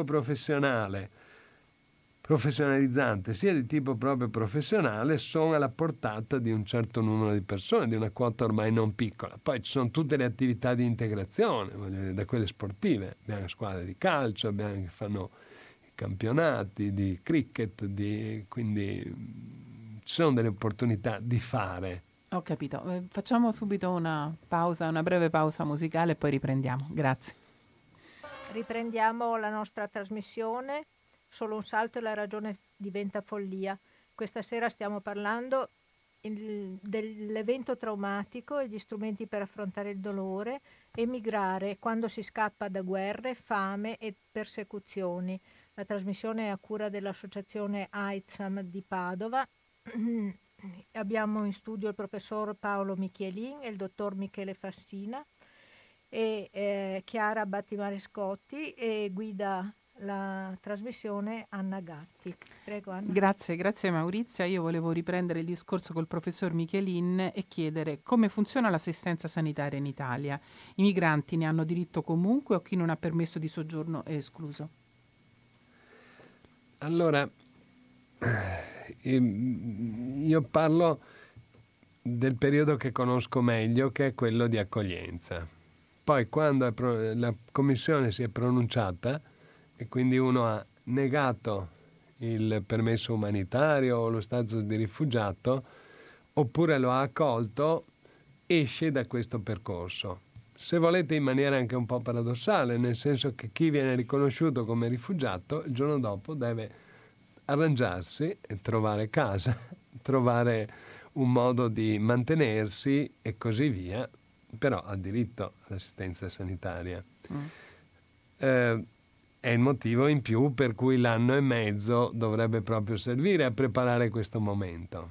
professionalizzante, sia di tipo proprio professionale sono alla portata di un certo numero di persone, di una quota ormai non piccola. Poi ci sono tutte le attività di integrazione, voglio dire, da quelle sportive. Abbiamo squadre di calcio, abbiamo che fanno campionati di cricket, quindi ci sono delle opportunità di fare. Ho capito. Facciamo subito una breve pausa musicale e poi riprendiamo. Grazie. Riprendiamo la nostra trasmissione. Solo un salto e la ragione diventa follia. Questa sera stiamo parlando dell'evento traumatico e gli strumenti per affrontare il dolore, emigrare quando si scappa da guerre, fame e persecuzioni. La trasmissione è a cura dell'associazione AIDSAM di Padova. Abbiamo in studio il professor Paolo Michelin e il dottor Michele Fassina e Chiara Battimarescotti e guida la trasmissione Anna Gatti. Prego Anna. Grazie Maurizia. Io volevo riprendere il discorso col professor Michelin e chiedere come funziona l'assistenza sanitaria in Italia. I migranti ne hanno diritto comunque o chi non ha permesso di soggiorno è escluso? Allora, io parlo del periodo che conosco meglio, che è quello di accoglienza. Poi quando la Commissione si è pronunciata e quindi uno ha negato il permesso umanitario o lo status di rifugiato, oppure lo ha accolto, esce da questo percorso. Se volete in maniera anche un po' paradossale, nel senso che chi viene riconosciuto come rifugiato il giorno dopo deve arrangiarsi e trovare casa, trovare un modo di mantenersi e così via, però ha diritto all'assistenza sanitaria. È il motivo in più per cui l'anno e mezzo dovrebbe proprio servire a preparare questo momento.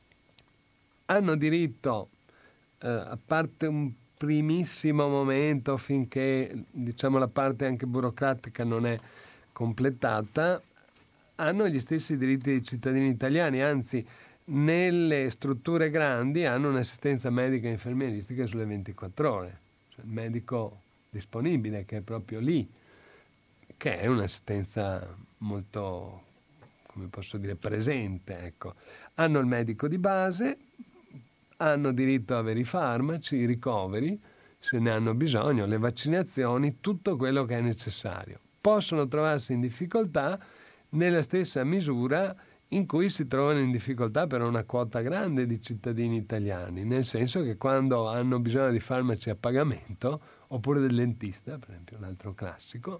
Hanno diritto, a parte un primissimo momento finché diciamo la parte anche burocratica non è completata, hanno gli stessi diritti dei cittadini italiani, anzi nelle strutture grandi hanno un'assistenza medica e infermieristica sulle 24 ore, cioè il medico disponibile che è proprio lì, che è un'assistenza molto, come posso dire, presente. Ecco. Hanno il medico di base, hanno diritto ad avere i farmaci, i ricoveri, se ne hanno bisogno, le vaccinazioni, tutto quello che è necessario. Possono trovarsi in difficoltà nella stessa misura in cui si trovano in difficoltà per una quota grande di cittadini italiani, nel senso che quando hanno bisogno di farmaci a pagamento, oppure del dentista, per esempio, un altro classico.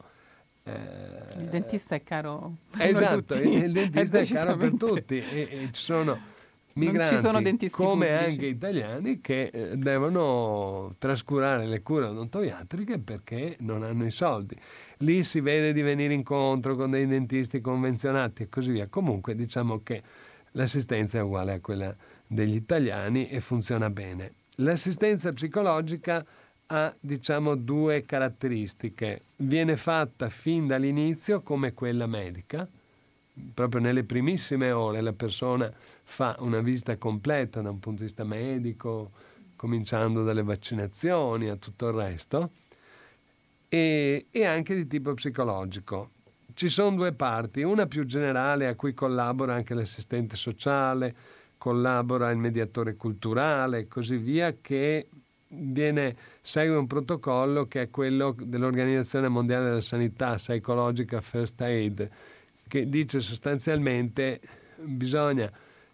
Il dentista è caro. Esatto, il dentista è caro per tutti e ci sono migranti come pubblici, anche italiani che devono trascurare le cure odontoiatriche perché non hanno i soldi. Lì si vede di venire incontro con dei dentisti convenzionati e così via. Comunque diciamo che l'assistenza è uguale a quella degli italiani e funziona bene. L'assistenza psicologica ha diciamo due caratteristiche. Viene fatta fin dall'inizio come quella medica, proprio nelle primissime ore la persona fa una visita completa da un punto di vista medico, cominciando dalle vaccinazioni a tutto il resto, e anche di tipo psicologico. Ci sono due parti, una più generale a cui collabora anche l'assistente sociale, collabora il mediatore culturale e così via, che segue un protocollo che è quello dell'Organizzazione Mondiale della Sanità, Psychological First Aid, che dice sostanzialmente bisogna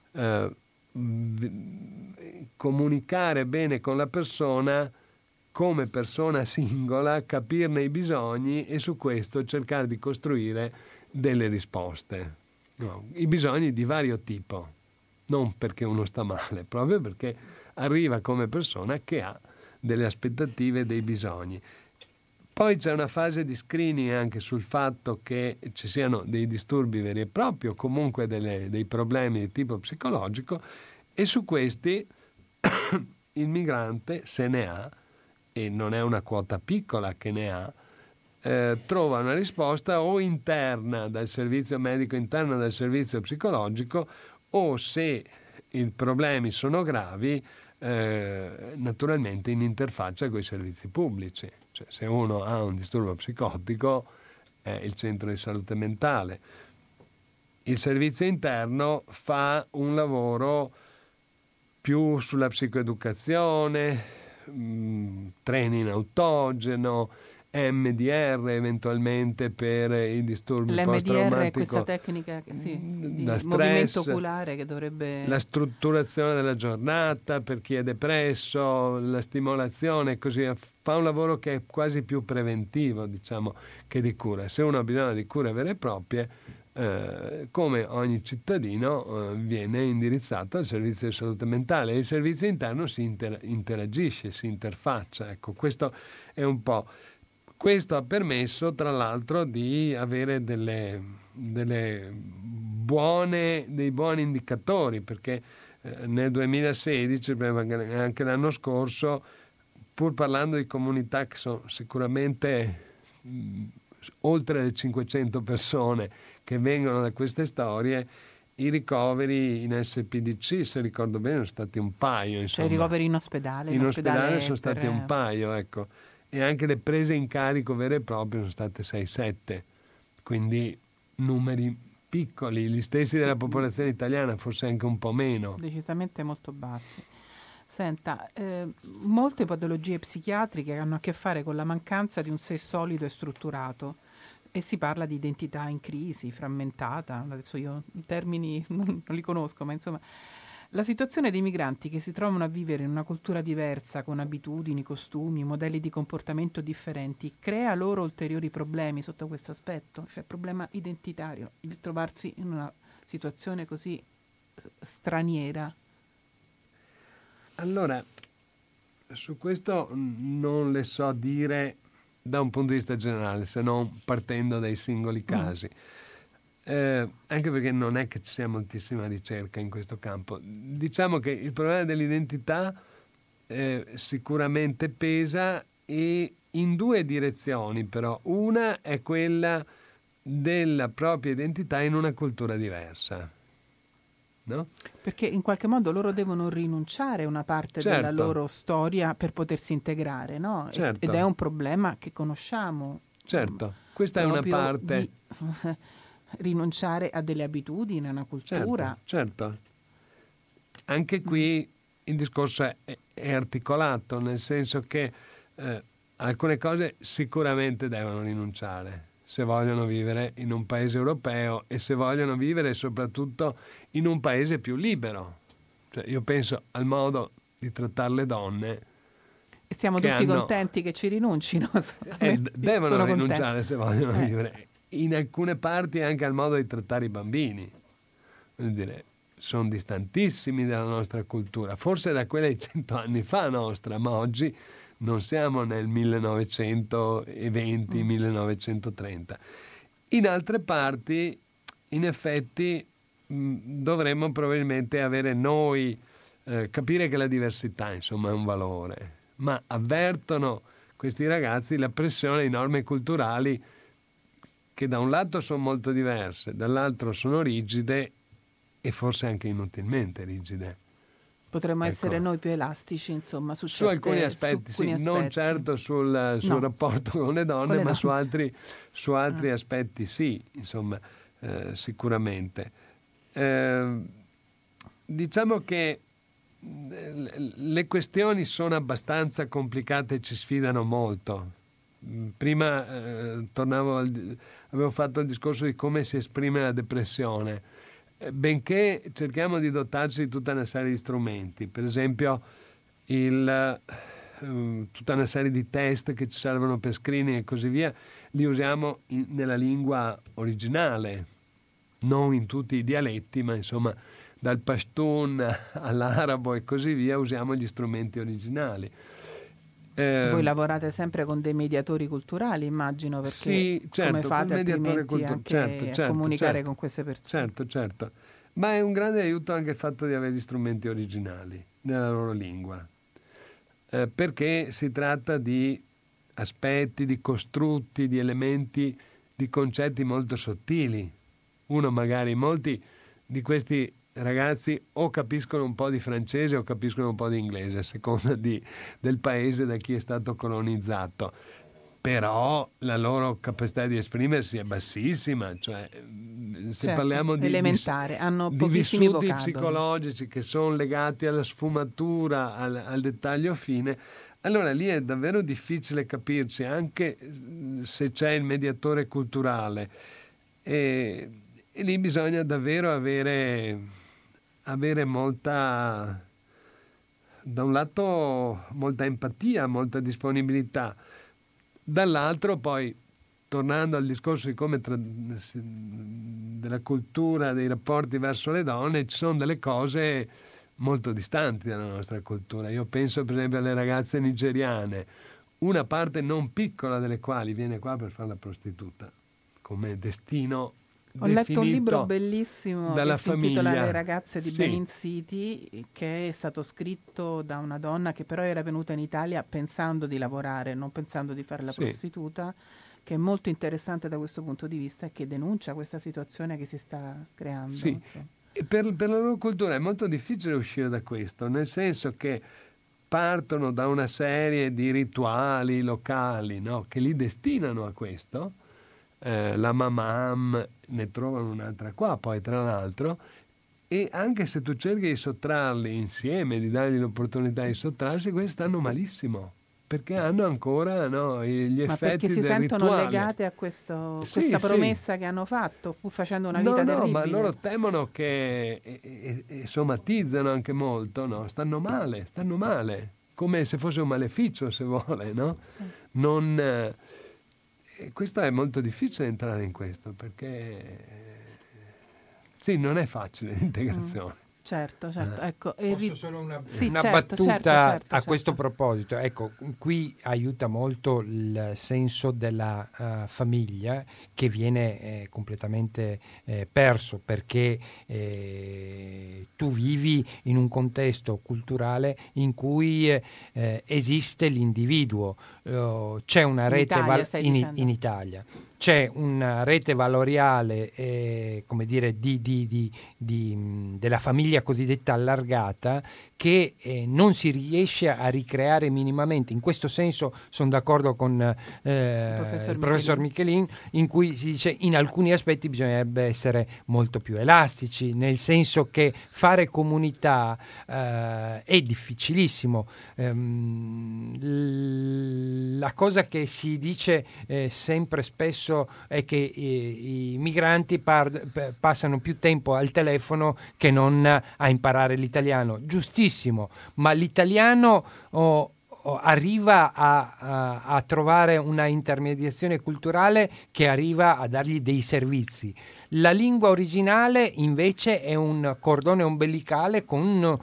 comunicare bene con la persona come persona singola, capirne i bisogni e su questo cercare di costruire delle risposte. No, i bisogni di vario tipo, non perché uno sta male, proprio perché arriva come persona che ha delle aspettative, dei bisogni. Poi c'è una fase di screening anche sul fatto che ci siano dei disturbi veri e propri o comunque dei problemi di tipo psicologico, e su questi il migrante, se ne ha, e non è una quota piccola che ne ha, trova una risposta o interna dal servizio medico interno, dal servizio psicologico, o se i problemi sono gravi, naturalmente in interfaccia con i servizi pubblici. Cioè, se uno ha un disturbo psicotico è il centro di salute mentale. Il servizio interno fa un lavoro più sulla psicoeducazione, training autogeno, MDR eventualmente per i disturbi post-traumatico. L'MDR è questa tecnica di da stress, movimento oculare che dovrebbe... La strutturazione della giornata per chi è depresso, la stimolazione e così via. Fa un lavoro che è quasi più preventivo, diciamo, che di cura. Se uno ha bisogno di cure vere e proprie, come ogni cittadino, viene indirizzato al servizio di salute mentale e il servizio interno si interagisce, si interfaccia. Ecco, questo è un po'. Questo ha permesso, tra l'altro, di avere dei buoni indicatori, perché nel 2016, anche l'anno scorso, pur parlando di comunità che sono sicuramente oltre le 500 persone che vengono da queste storie, i ricoveri in SPDC, se ricordo bene, sono stati un paio. Insomma. Cioè i ricoveri in ospedale? In ospedale sono stati un paio, ecco. E anche le prese in carico vere e proprie sono state 6-7. Quindi numeri piccoli, gli stessi della popolazione italiana, forse anche un po' meno. Decisamente molto bassi. Senta, molte patologie psichiatriche hanno a che fare con la mancanza di un sé solido e strutturato e si parla di identità in crisi, frammentata. Adesso io i termini non li conosco, ma insomma la situazione dei migranti che si trovano a vivere in una cultura diversa, con abitudini, costumi, modelli di comportamento differenti, crea loro ulteriori problemi sotto questo aspetto, cioè problema identitario, il trovarsi in una situazione così straniera. Allora, su questo non le so dire da un punto di vista generale, se non partendo dai singoli casi. Anche perché non è che ci sia moltissima ricerca in questo campo. Diciamo che il problema dell'identità sicuramente pesa, e in due direzioni però. Una è quella della propria identità in una cultura diversa. No? Perché in qualche modo loro devono rinunciare a una parte della loro storia per potersi integrare, no? Certo. Ed è un problema che conosciamo. Certo, questa è una parte. Rinunciare a delle abitudini, a una cultura. Certo. Anche qui il discorso è articolato, nel senso che alcune cose sicuramente devono rinunciare se vogliono vivere in un paese europeo e se vogliono vivere soprattutto in un paese più libero. Cioè, io penso al modo di trattare le donne. E siamo tutti contenti che ci rinuncino. Devono rinunciare se vogliono vivere. In alcune parti anche al modo di trattare i bambini. Vuol dire, sono distantissimi dalla nostra cultura, forse da quella di 100 anni fa nostra, ma oggi non siamo nel 1920, 1930. In altre parti, in effetti, dovremmo probabilmente avere noi, capire che la diversità, insomma, è un valore, ma avvertono questi ragazzi la pressione di norme culturali che da un lato sono molto diverse, dall'altro sono rigide e forse anche inutilmente rigide. Potremmo essere noi più elastici, insomma, su alcuni aspetti, non certo sul rapporto con le donne, ma su altri aspetti sì, insomma, sicuramente. Diciamo che le questioni sono abbastanza complicate e ci sfidano molto. Prima avevo fatto il discorso di come si esprime la depressione. Benché cerchiamo di dotarci di tutta una serie di strumenti, per esempio tutta una serie di test che ci servono per screening e così via, li usiamo nella lingua originale, non in tutti i dialetti, ma insomma dal pashtun all'arabo e così via usiamo gli strumenti originali. Voi lavorate sempre con dei mediatori culturali, immagino, perché sì, certo, come fate altrimenti anche a comunicare con queste persone? Certo. Ma è un grande aiuto anche il fatto di avere gli strumenti originali nella loro lingua, perché si tratta di aspetti, di costrutti, di elementi, di concetti molto sottili. Molti di questi ragazzi o capiscono un po' di francese o capiscono un po' di inglese, a seconda del paese da chi è stato colonizzato, però la loro capacità di esprimersi è bassissima, cioè se parliamo di elementare, hanno di vissuti vocaboli psicologici che sono legati alla sfumatura, al dettaglio fine, allora lì è davvero difficile capirci, anche se c'è il mediatore culturale, e lì bisogna davvero avere molta, da un lato molta empatia, molta disponibilità, dall'altro poi, tornando al discorso di come della cultura, dei rapporti verso le donne, ci sono delle cose molto distanti dalla nostra cultura. Io penso per esempio alle ragazze nigeriane, una parte non piccola delle quali viene qua per fare la prostituta come destino. Ho letto un libro bellissimo dalla che si intitola famiglia. Le ragazze di Benin City, che è stato scritto da una donna che però era venuta in Italia pensando di lavorare, non pensando di fare la prostituta, che è molto interessante da questo punto di vista e che denuncia questa situazione che si sta creando. Sì. E per la loro cultura è molto difficile uscire da questo, nel senso che partono da una serie di rituali locali, no? Che li destinano a questo. La mamam, ne trovano un'altra qua, poi tra l'altro, e anche se tu cerchi di sottrarli insieme, di dargli l'opportunità di sottrarsi, questi stanno malissimo, perché hanno ancora gli Ma effetti perché si del sentono rituale. legate a questa promessa che hanno fatto, pur facendo una vita terribile. Ma loro temono che e somatizzano anche molto, no? Stanno male, come se fosse un maleficio, se vuole, no? Sì. Non... questo è molto difficile entrare in questo, perché sì, non è facile l'integrazione. Certo, ecco. Posso solo una certo, battuta certo. a questo proposito. Ecco, qui aiuta molto il senso della famiglia, che viene completamente perso, perché tu vivi in un contesto culturale in cui esiste l'individuo. C'è una rete in Italia. C'è una rete valoriale, come dire, della famiglia cosiddetta allargata, che non si riesce a ricreare minimamente. In questo senso sono d'accordo con il professor Michelin, in cui si dice in alcuni aspetti bisognerebbe essere molto più elastici, nel senso che fare comunità è difficilissimo. La cosa che si dice sempre spesso è che i migranti passano più tempo al telefono che non a imparare l'italiano. Giustissimo, ma l'italiano arriva a trovare una intermediazione culturale che arriva a dargli dei servizi. La lingua originale invece è un cordone ombelicale con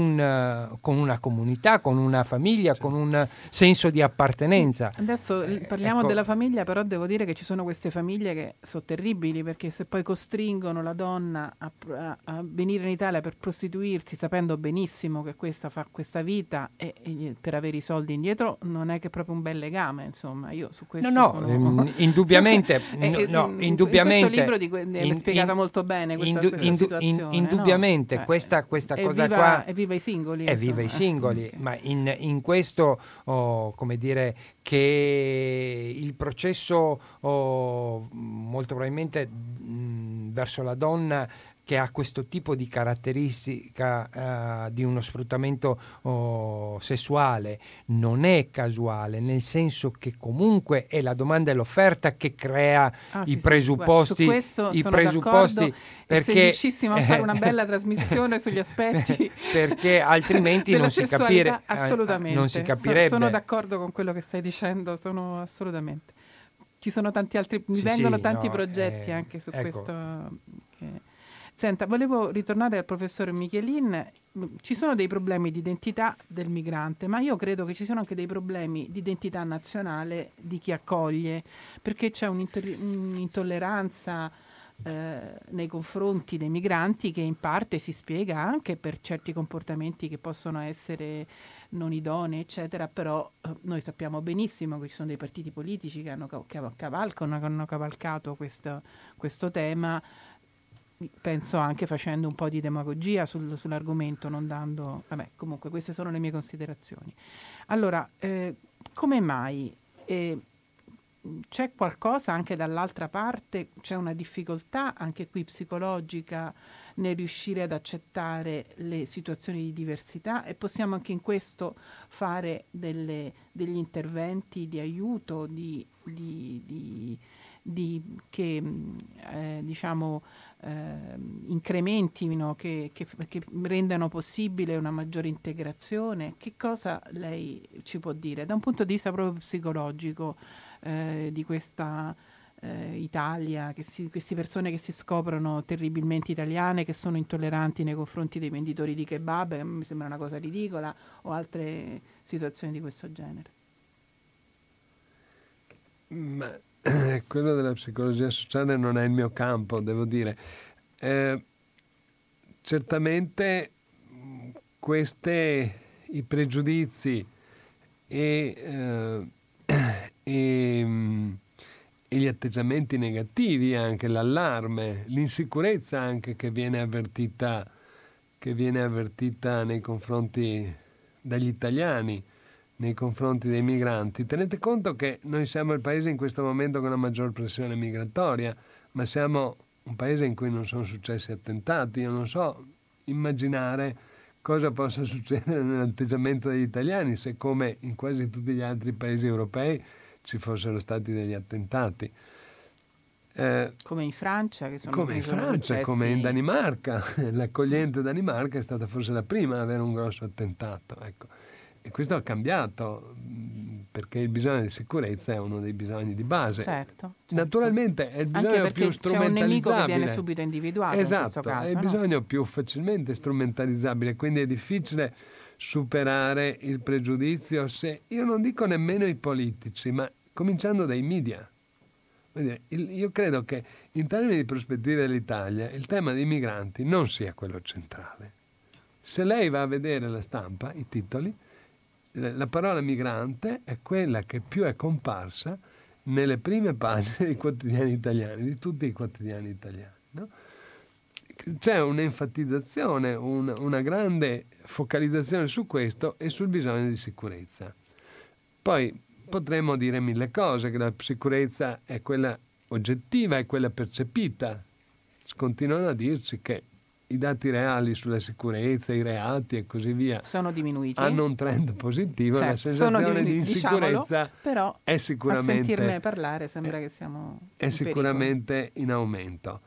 una comunità, con una famiglia, con un senso di appartenenza. Sì. Adesso parliamo ecco. della famiglia, però devo dire che ci sono queste famiglie che sono terribili, perché se poi costringono la donna a venire in Italia per prostituirsi, sapendo benissimo che questa fa questa vita e per avere i soldi indietro, non è che è proprio un bel legame, insomma. Io su questo indubbiamente indubbiamente in questo libro è spiegata molto bene questa situazione. Indubbiamente, no? questa cosa qua... Evviva i singoli. Evviva i singoli, ma in questo, come dire, che il processo molto probabilmente verso la donna che ha questo tipo di caratteristica di uno sfruttamento sessuale non è casuale, nel senso che comunque è la domanda e l'offerta che crea i presupposti. Su questo perché se riuscissimo a fare una bella trasmissione sugli aspetti perché altrimenti non si capirebbe. Sono d'accordo con quello che stai dicendo, assolutamente. Ci sono tanti altri, mi vengono tanti progetti anche su questo. Senta, volevo ritornare al professor Michelin. Ci sono dei problemi di identità del migrante, ma io credo che ci siano anche dei problemi di identità nazionale di chi accoglie, perché c'è un'intolleranza nei confronti dei migranti che in parte si spiega anche per certi comportamenti che possono essere non idonei, eccetera, però noi sappiamo benissimo che ci sono dei partiti politici che hanno cavalcato questo tema. Penso anche facendo un po' di demagogia sull'argomento, non dando... Vabbè, comunque queste sono le mie considerazioni. Allora, come mai c'è qualcosa anche dall'altra parte, c'è una difficoltà anche qui psicologica nel riuscire ad accettare le situazioni di diversità, e possiamo anche in questo fare degli interventi di aiuto, che diciamo incrementino, che rendano possibile una maggiore integrazione. Che cosa lei ci può dire da un punto di vista proprio psicologico di questa Italia, queste persone che si scoprono terribilmente italiane, che sono intolleranti nei confronti dei venditori di kebab, mi sembra una cosa ridicola, o altre situazioni di questo genere? Ma quello della psicologia sociale non è il mio campo, devo dire. Certamente i pregiudizi e e gli atteggiamenti negativi, anche l'allarme, l'insicurezza anche che viene avvertita nei confronti dagli italiani, nei confronti dei migranti. Tenete conto che noi siamo il paese in questo momento con la maggior pressione migratoria, ma siamo un paese in cui non sono successi attentati. Io non so immaginare cosa possa succedere nell'atteggiamento degli italiani se, come in quasi tutti gli altri paesi europei, ci fossero stati degli attentati. Come in Francia, come in Danimarca. L'accogliente Danimarca è stata forse la prima ad avere un grosso attentato, ecco. E questo ha cambiato, perché il bisogno di sicurezza è uno dei bisogni di base. Certo. Naturalmente è il bisogno più strumentalizzabile. C'è un nemico che viene subito individuato, esatto, in questo caso, è il bisogno più facilmente strumentalizzabile, quindi è difficile superare il pregiudizio, se io non dico nemmeno i politici, ma cominciando dai media. Io credo che in termini di prospettive dell'Italia il tema dei migranti non sia quello centrale. Se lei va a vedere la stampa, i titoli, la parola migrante è quella che più è comparsa nelle prime pagine dei quotidiani italiani, di tutti i quotidiani italiani, no? C'è un'enfatizzazione, una grande focalizzazione su questo e sul bisogno di sicurezza. Poi potremmo dire mille cose, che la sicurezza è quella oggettiva, è quella percepita. Continuano a dirci che i dati reali sulla sicurezza, i reati e così via sono diminuiti, hanno un trend positivo, certo, la sensazione di insicurezza però è sicuramente, a sentirne parlare sembra che siamo è sicuramente in aumento.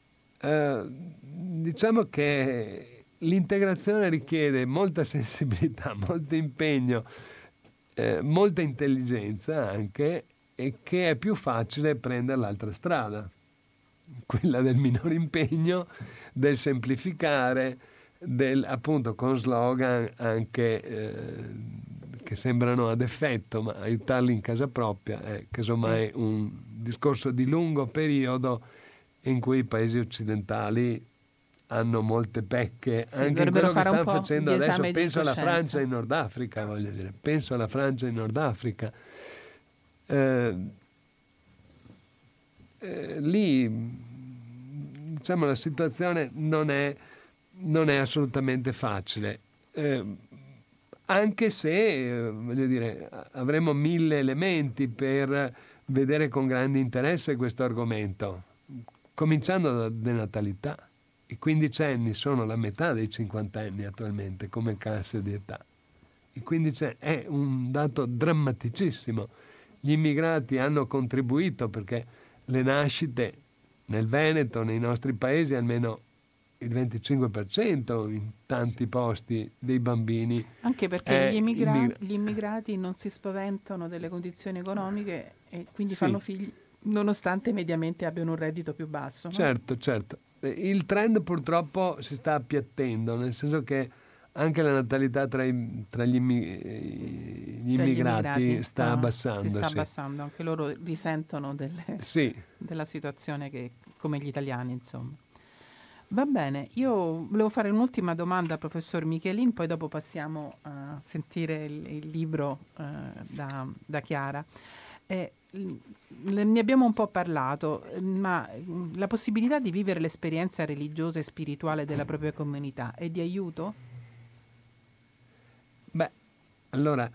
Diciamo che l'integrazione richiede molta sensibilità, molto impegno, molta intelligenza anche, e che è più facile prendere l'altra strada, quella del minor impegno, del semplificare, appunto con slogan anche che sembrano ad effetto, ma aiutarli in casa propria è casomai un discorso di lungo periodo in cui i paesi occidentali hanno molte pecche, anche in quello che stanno facendo adesso. Penso alla Francia in Nord Africa, voglio dire, penso alla Francia in Nord Africa. Lì, diciamo, la situazione non è assolutamente facile, anche se voglio dire, avremo 1000 elementi per vedere con grande interesse questo argomento, cominciando da denatalità. I quindicenni sono la metà dei cinquantenni attualmente come classe di età. I quindicenni è un dato drammaticissimo. Gli immigrati hanno contribuito, perché le nascite nel Veneto, nei nostri paesi, almeno il 25% in tanti posti dei bambini. Anche perché gli immigrati non si spaventano delle condizioni economiche e quindi fanno figli, nonostante mediamente abbiano un reddito più basso, no? Certo. Il trend purtroppo si sta appiattendo, nel senso che anche la natalità tra gli immigrati sta abbassando. Si sta abbassando, anche loro risentono della situazione che, come gli italiani, insomma. Va bene, io volevo fare un'ultima domanda al professor Michelin, poi dopo passiamo a sentire il libro da Chiara. Ne abbiamo un po' parlato, ma la possibilità di vivere l'esperienza religiosa e spirituale della propria comunità è di aiuto? Beh, allora,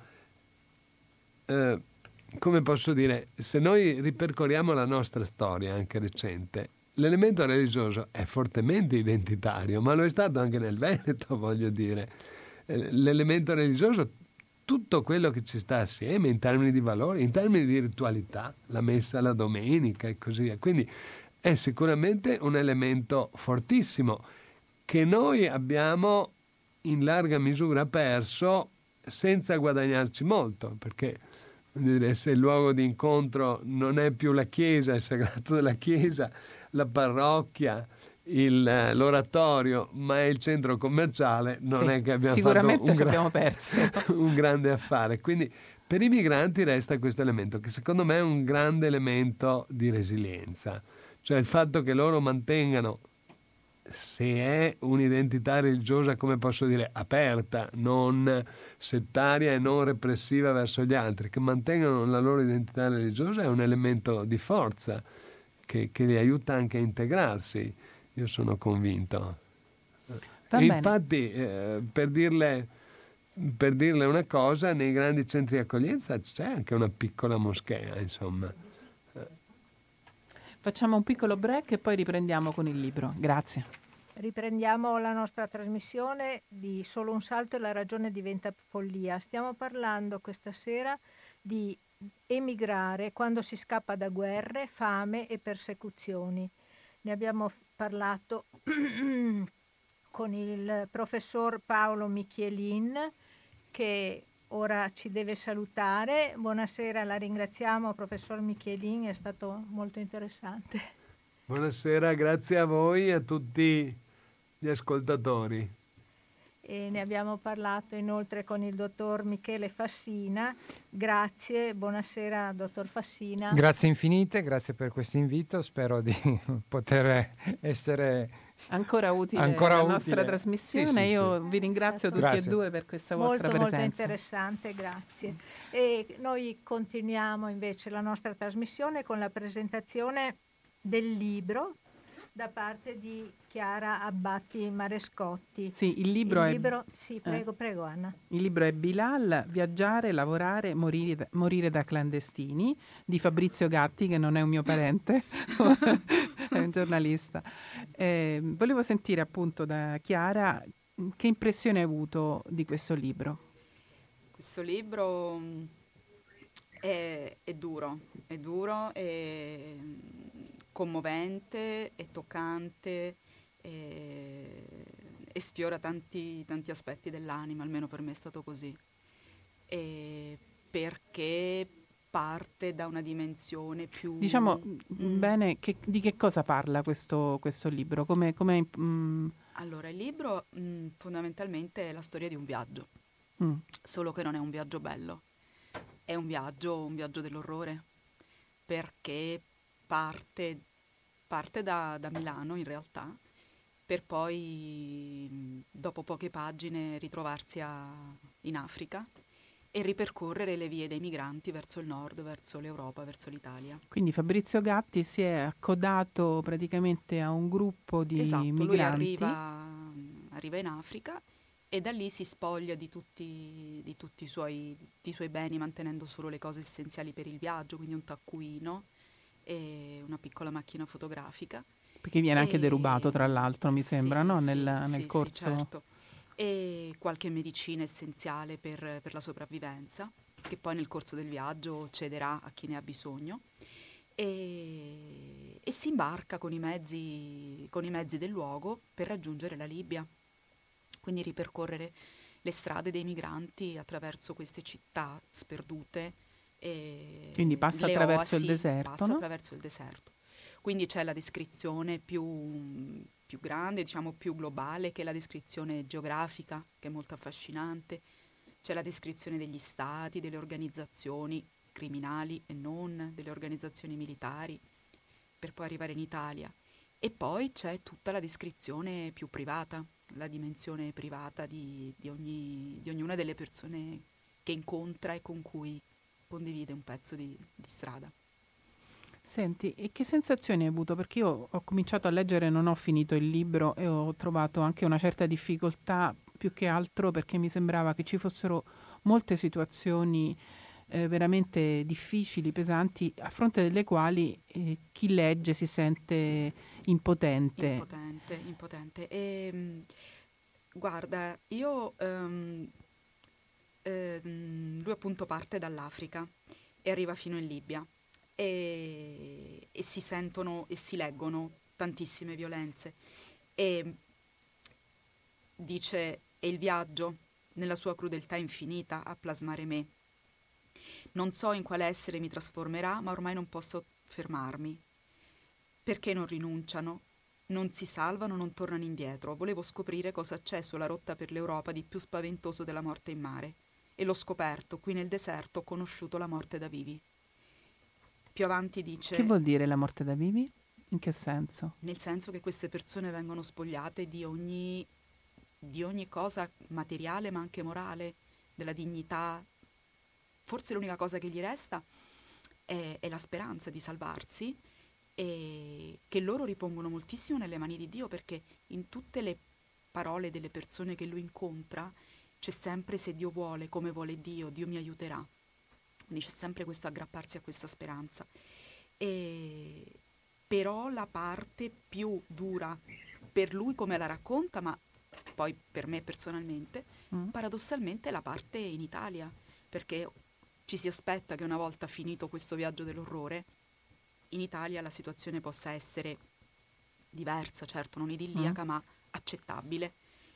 come posso dire, se noi ripercorriamo la nostra storia, anche recente, l'elemento religioso è fortemente identitario, ma lo è stato anche nel Veneto, voglio dire. L'elemento religioso, tutto quello che ci sta assieme in termini di valori, in termini di ritualità, la messa la domenica e così via. Quindi è sicuramente un elemento fortissimo che noi abbiamo in larga misura perso senza guadagnarci molto, perché se il luogo di incontro non è più la chiesa, il sagrato della chiesa, la parrocchia, l'oratorio, ma è il centro commerciale, non è che abbiamo fatto un grande affare. Quindi per i migranti resta questo elemento, che secondo me è un grande elemento di resilienza, cioè il fatto che loro mantengano se è un'identità religiosa, come posso dire, aperta, non settaria e non repressiva verso gli altri, che mantengano la loro identità religiosa, è un elemento di forza che li aiuta anche a integrarsi. Io sono convinto. Va E bene. infatti, per dirle una cosa, nei grandi centri di accoglienza c'è anche una piccola moschea, insomma. Facciamo un piccolo break e poi riprendiamo con il libro. Grazie. Riprendiamo la nostra trasmissione di Solo un salto e la ragione diventa follia. Stiamo parlando questa sera di emigrare quando si scappa da guerre, fame e persecuzioni. Ne abbiamo parlato con il professor Paolo Michelin, che ora ci deve salutare. Buonasera, la ringraziamo, professor Michelin, è stato molto interessante. Buonasera, grazie a voi e a tutti gli ascoltatori. E ne abbiamo parlato inoltre con il dottor Michele Fassina. Grazie, buonasera dottor Fassina. Grazie infinite, grazie per questo invito, spero di poter essere ancora utile Ancora la utile. nostra trasmissione. Sì, sì, Io vi ringrazio tutti Grazie. e due per questa vostra Molto presenza. interessante, grazie. E noi continuiamo invece la nostra trasmissione con la presentazione del libro da parte di Chiara Abbatti Marescotti. Sì, il libro è Sì, prego Anna. Il libro è Bilal, viaggiare, lavorare, morire da clandestini, di Fabrizio Gatti, che non è un mio parente, è un giornalista. Volevo sentire appunto da Chiara che impressione hai avuto di questo libro. Questo libro è duro, è commovente, è toccante, e sfiora tanti aspetti dell'anima, almeno per me è stato così. Perché parte da una dimensione più... Diciamo bene, di che cosa parla questo libro? Allora, il libro fondamentalmente è la storia di un viaggio, solo che non è un viaggio bello, è un viaggio dell'orrore, perché parte da Milano in realtà, per poi dopo poche pagine ritrovarsi in Africa e ripercorrere le vie dei migranti verso il nord, verso l'Europa, verso l'Italia. Quindi Fabrizio Gatti si è accodato praticamente a un gruppo di migranti. Lui arriva in Africa e da lì si spoglia di tutti i suoi beni, mantenendo solo le cose essenziali per il viaggio, quindi un taccuino e una piccola macchina fotografica. Perché viene anche derubato, tra l'altro, mi sembra, no? Nel corso. Sì, certo. E qualche medicina essenziale per la sopravvivenza, che poi nel corso del viaggio cederà a chi ne ha bisogno. E si imbarca con i mezzi del luogo per raggiungere la Libia. Quindi ripercorrere le strade dei migranti attraverso queste città sperdute. Quindi passa attraverso il deserto, passa no? attraverso il deserto. Quindi c'è la descrizione più grande, diciamo più globale, che è la descrizione geografica, che è molto affascinante. C'è la descrizione degli stati, delle organizzazioni criminali e non, delle organizzazioni militari, per poi arrivare in Italia. E poi c'è tutta la descrizione più privata, la dimensione privata di ognuna delle persone che incontra e con cui condivide un pezzo di strada. Senti, e che sensazioni hai avuto? Perché io ho cominciato a leggere, non ho finito il libro e ho trovato anche una certa difficoltà, più che altro perché mi sembrava che ci fossero molte situazioni veramente difficili, pesanti, a fronte delle quali chi legge si sente impotente. Impotente. Guarda, lui appunto parte dall'Africa e arriva fino in Libia. E si sentono e si leggono tantissime violenze e dice: è il viaggio nella sua crudeltà infinita a plasmare me. Non so in quale essere mi trasformerà, ma ormai non posso fermarmi. Perché non rinunciano? Non si salvano, non tornano indietro. Volevo scoprire cosa c'è sulla rotta per l'Europa di più spaventoso della morte in mare, e l'ho scoperto. Qui nel deserto ho conosciuto la morte da vivi. Più avanti dice... Che vuol dire la morte da vivi? In che senso? Nel senso che queste persone vengono spogliate di ogni cosa materiale ma anche morale, della dignità. Forse l'unica cosa che gli resta è la speranza di salvarsi, e che loro ripongono moltissimo nelle mani di Dio, perché in tutte le parole delle persone che lui incontra c'è sempre "se Dio vuole, come vuole Dio, Dio mi aiuterà". Quindi c'è sempre questo aggrapparsi a questa speranza. Però la parte più dura per lui come la racconta, ma poi per me personalmente, paradossalmente è la parte in Italia, perché ci si aspetta che una volta finito questo viaggio dell'orrore, in Italia la situazione possa essere diversa, certo non idilliaca, ma accettabile.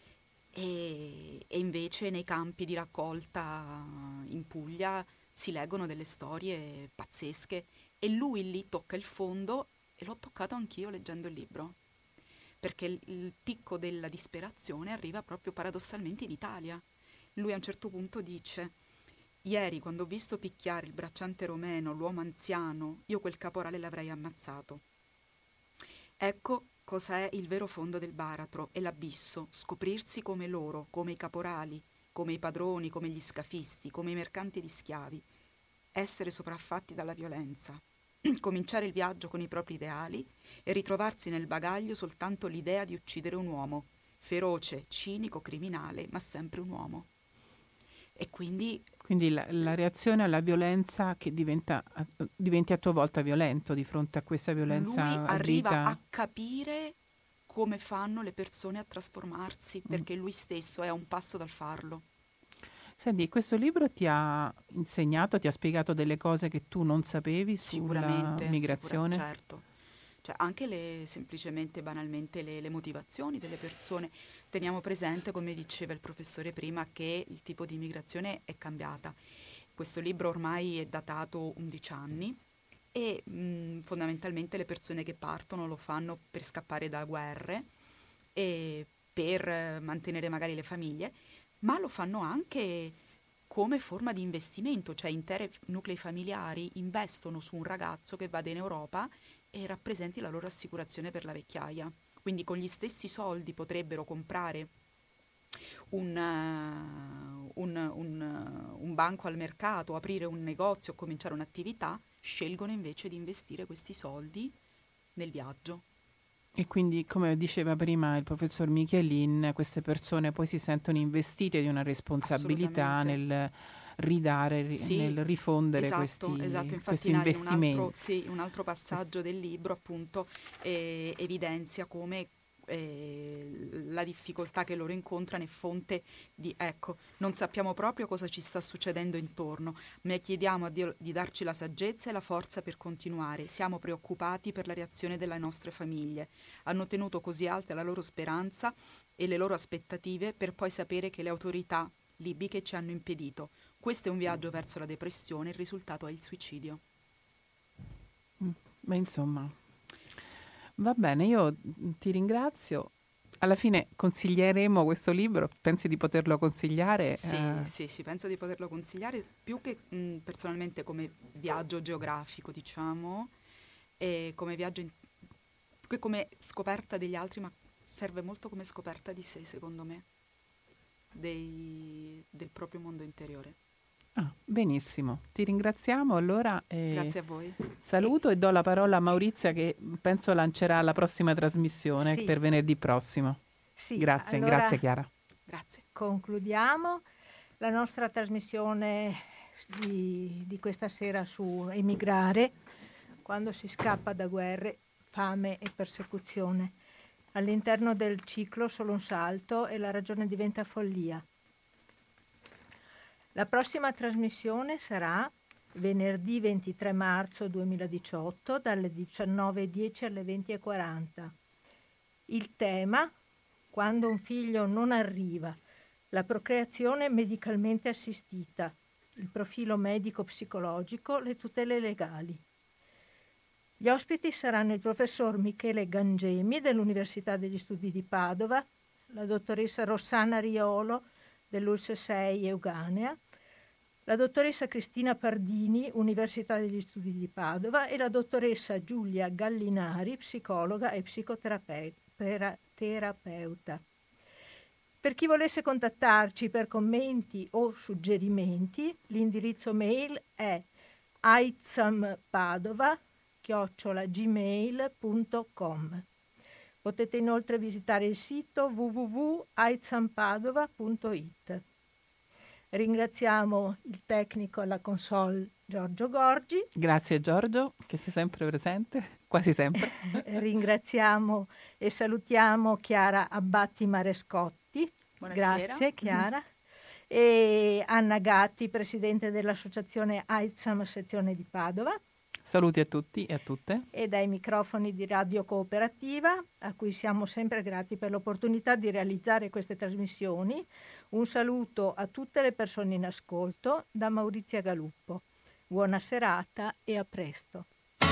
E invece nei campi di raccolta in Puglia si leggono delle storie pazzesche, e lui lì tocca il fondo, e l'ho toccato anch'io leggendo il libro, perché il picco della disperazione arriva proprio paradossalmente in Italia. Lui a un certo punto dice: "Ieri, quando ho visto picchiare il bracciante romeno, l'uomo anziano, io quel caporale l'avrei ammazzato. Ecco cos'è il vero fondo del baratro e l'abisso, scoprirsi come loro, come i caporali, come i padroni, come gli scafisti, come i mercanti di schiavi, essere sopraffatti dalla violenza, cominciare il viaggio con i propri ideali e ritrovarsi nel bagaglio soltanto l'idea di uccidere un uomo, feroce, cinico, criminale, ma sempre un uomo". E quindi la reazione alla violenza che diventi a tua volta violento di fronte a questa lui violenza arriva agita. a capire come fanno le persone a trasformarsi, perché lui stesso è a un passo dal farlo. Senti, questo libro ti ha insegnato, ti ha spiegato delle cose che tu non sapevi sulla Sicuramente, migrazione? certo. Cioè anche semplicemente, banalmente, le motivazioni delle persone. Teniamo presente, come diceva il professore prima, che il tipo di immigrazione è cambiata. Questo libro ormai è datato 11 anni, e fondamentalmente le persone che partono lo fanno per scappare da guerre e per mantenere magari le famiglie, ma lo fanno anche come forma di investimento, cioè interi nuclei familiari investono su un ragazzo che vada in Europa e rappresenti la loro assicurazione per la vecchiaia. Quindi con gli stessi soldi potrebbero comprare un banco al mercato, aprire un negozio o cominciare un'attività, scelgono invece di investire questi soldi nel viaggio. E quindi, come diceva prima il professor Michelin, queste persone poi si sentono investite di una responsabilità Assolutamente. nel ridare, Sì, nel rifondere esatto. questi Infatti Nadia, investimenti. un altro passaggio del libro appunto evidenzia come la difficoltà che loro incontrano è fonte di, ecco, non sappiamo proprio cosa ci sta succedendo intorno, ma chiediamo a Dio di darci la saggezza e la forza per continuare. Siamo preoccupati per la reazione delle nostre famiglie. Hanno tenuto così alta la loro speranza e le loro aspettative per poi sapere che le autorità libiche ci hanno impedito. Questo è un viaggio verso la depressione, il risultato è il suicidio. Beh, insomma, va bene, io ti ringrazio. Alla fine consiglieremo questo libro, pensi di poterlo consigliare? Sì, penso di poterlo consigliare più che personalmente come viaggio geografico, diciamo, e come viaggio più che come scoperta degli altri, ma serve molto come scoperta di sé, secondo me, del proprio mondo interiore. Benissimo, ti ringraziamo allora. Grazie a voi. Saluto e do la parola a Maurizia, che penso lancerà la prossima trasmissione per venerdì prossimo. Sì, Grazie, allora, grazie Chiara. Grazie. Concludiamo la nostra trasmissione di questa sera su emigrare quando si scappa da guerre, fame e persecuzione. All'interno del ciclo Solo un salto e la ragione diventa follia. La prossima trasmissione sarà venerdì 23 marzo 2018 dalle 19:10 alle 20:40. Il tema: quando un figlio non arriva, la procreazione medicalmente assistita, il profilo medico-psicologico, le tutele legali. Gli ospiti saranno il professor Michele Gangemi dell'Università degli Studi di Padova, la dottoressa Rossana Riolo dell'ULSS 6 Euganea, la dottoressa Cristina Pardini, Università degli Studi di Padova, e la dottoressa Giulia Gallinari, psicologa e psicoterapeuta. Per chi volesse contattarci per commenti o suggerimenti, l'indirizzo mail è aizampadova@gmail.com. Potete inoltre visitare il sito www.aizampadova.it. Ringraziamo il tecnico alla console Giorgio Gorgi. Grazie Giorgio, che sei sempre presente, quasi sempre. Ringraziamo e salutiamo Chiara Abbatti Marescotti. Buonasera. Grazie Chiara. E Anna Gatti, presidente dell'associazione AIDSAM sezione di Padova. Saluti a tutti e a tutte. E dai microfoni di Radio Cooperativa, a cui siamo sempre grati per l'opportunità di realizzare queste trasmissioni, un saluto a tutte le persone in ascolto da Maurizia Galuppo. Buona serata e a presto.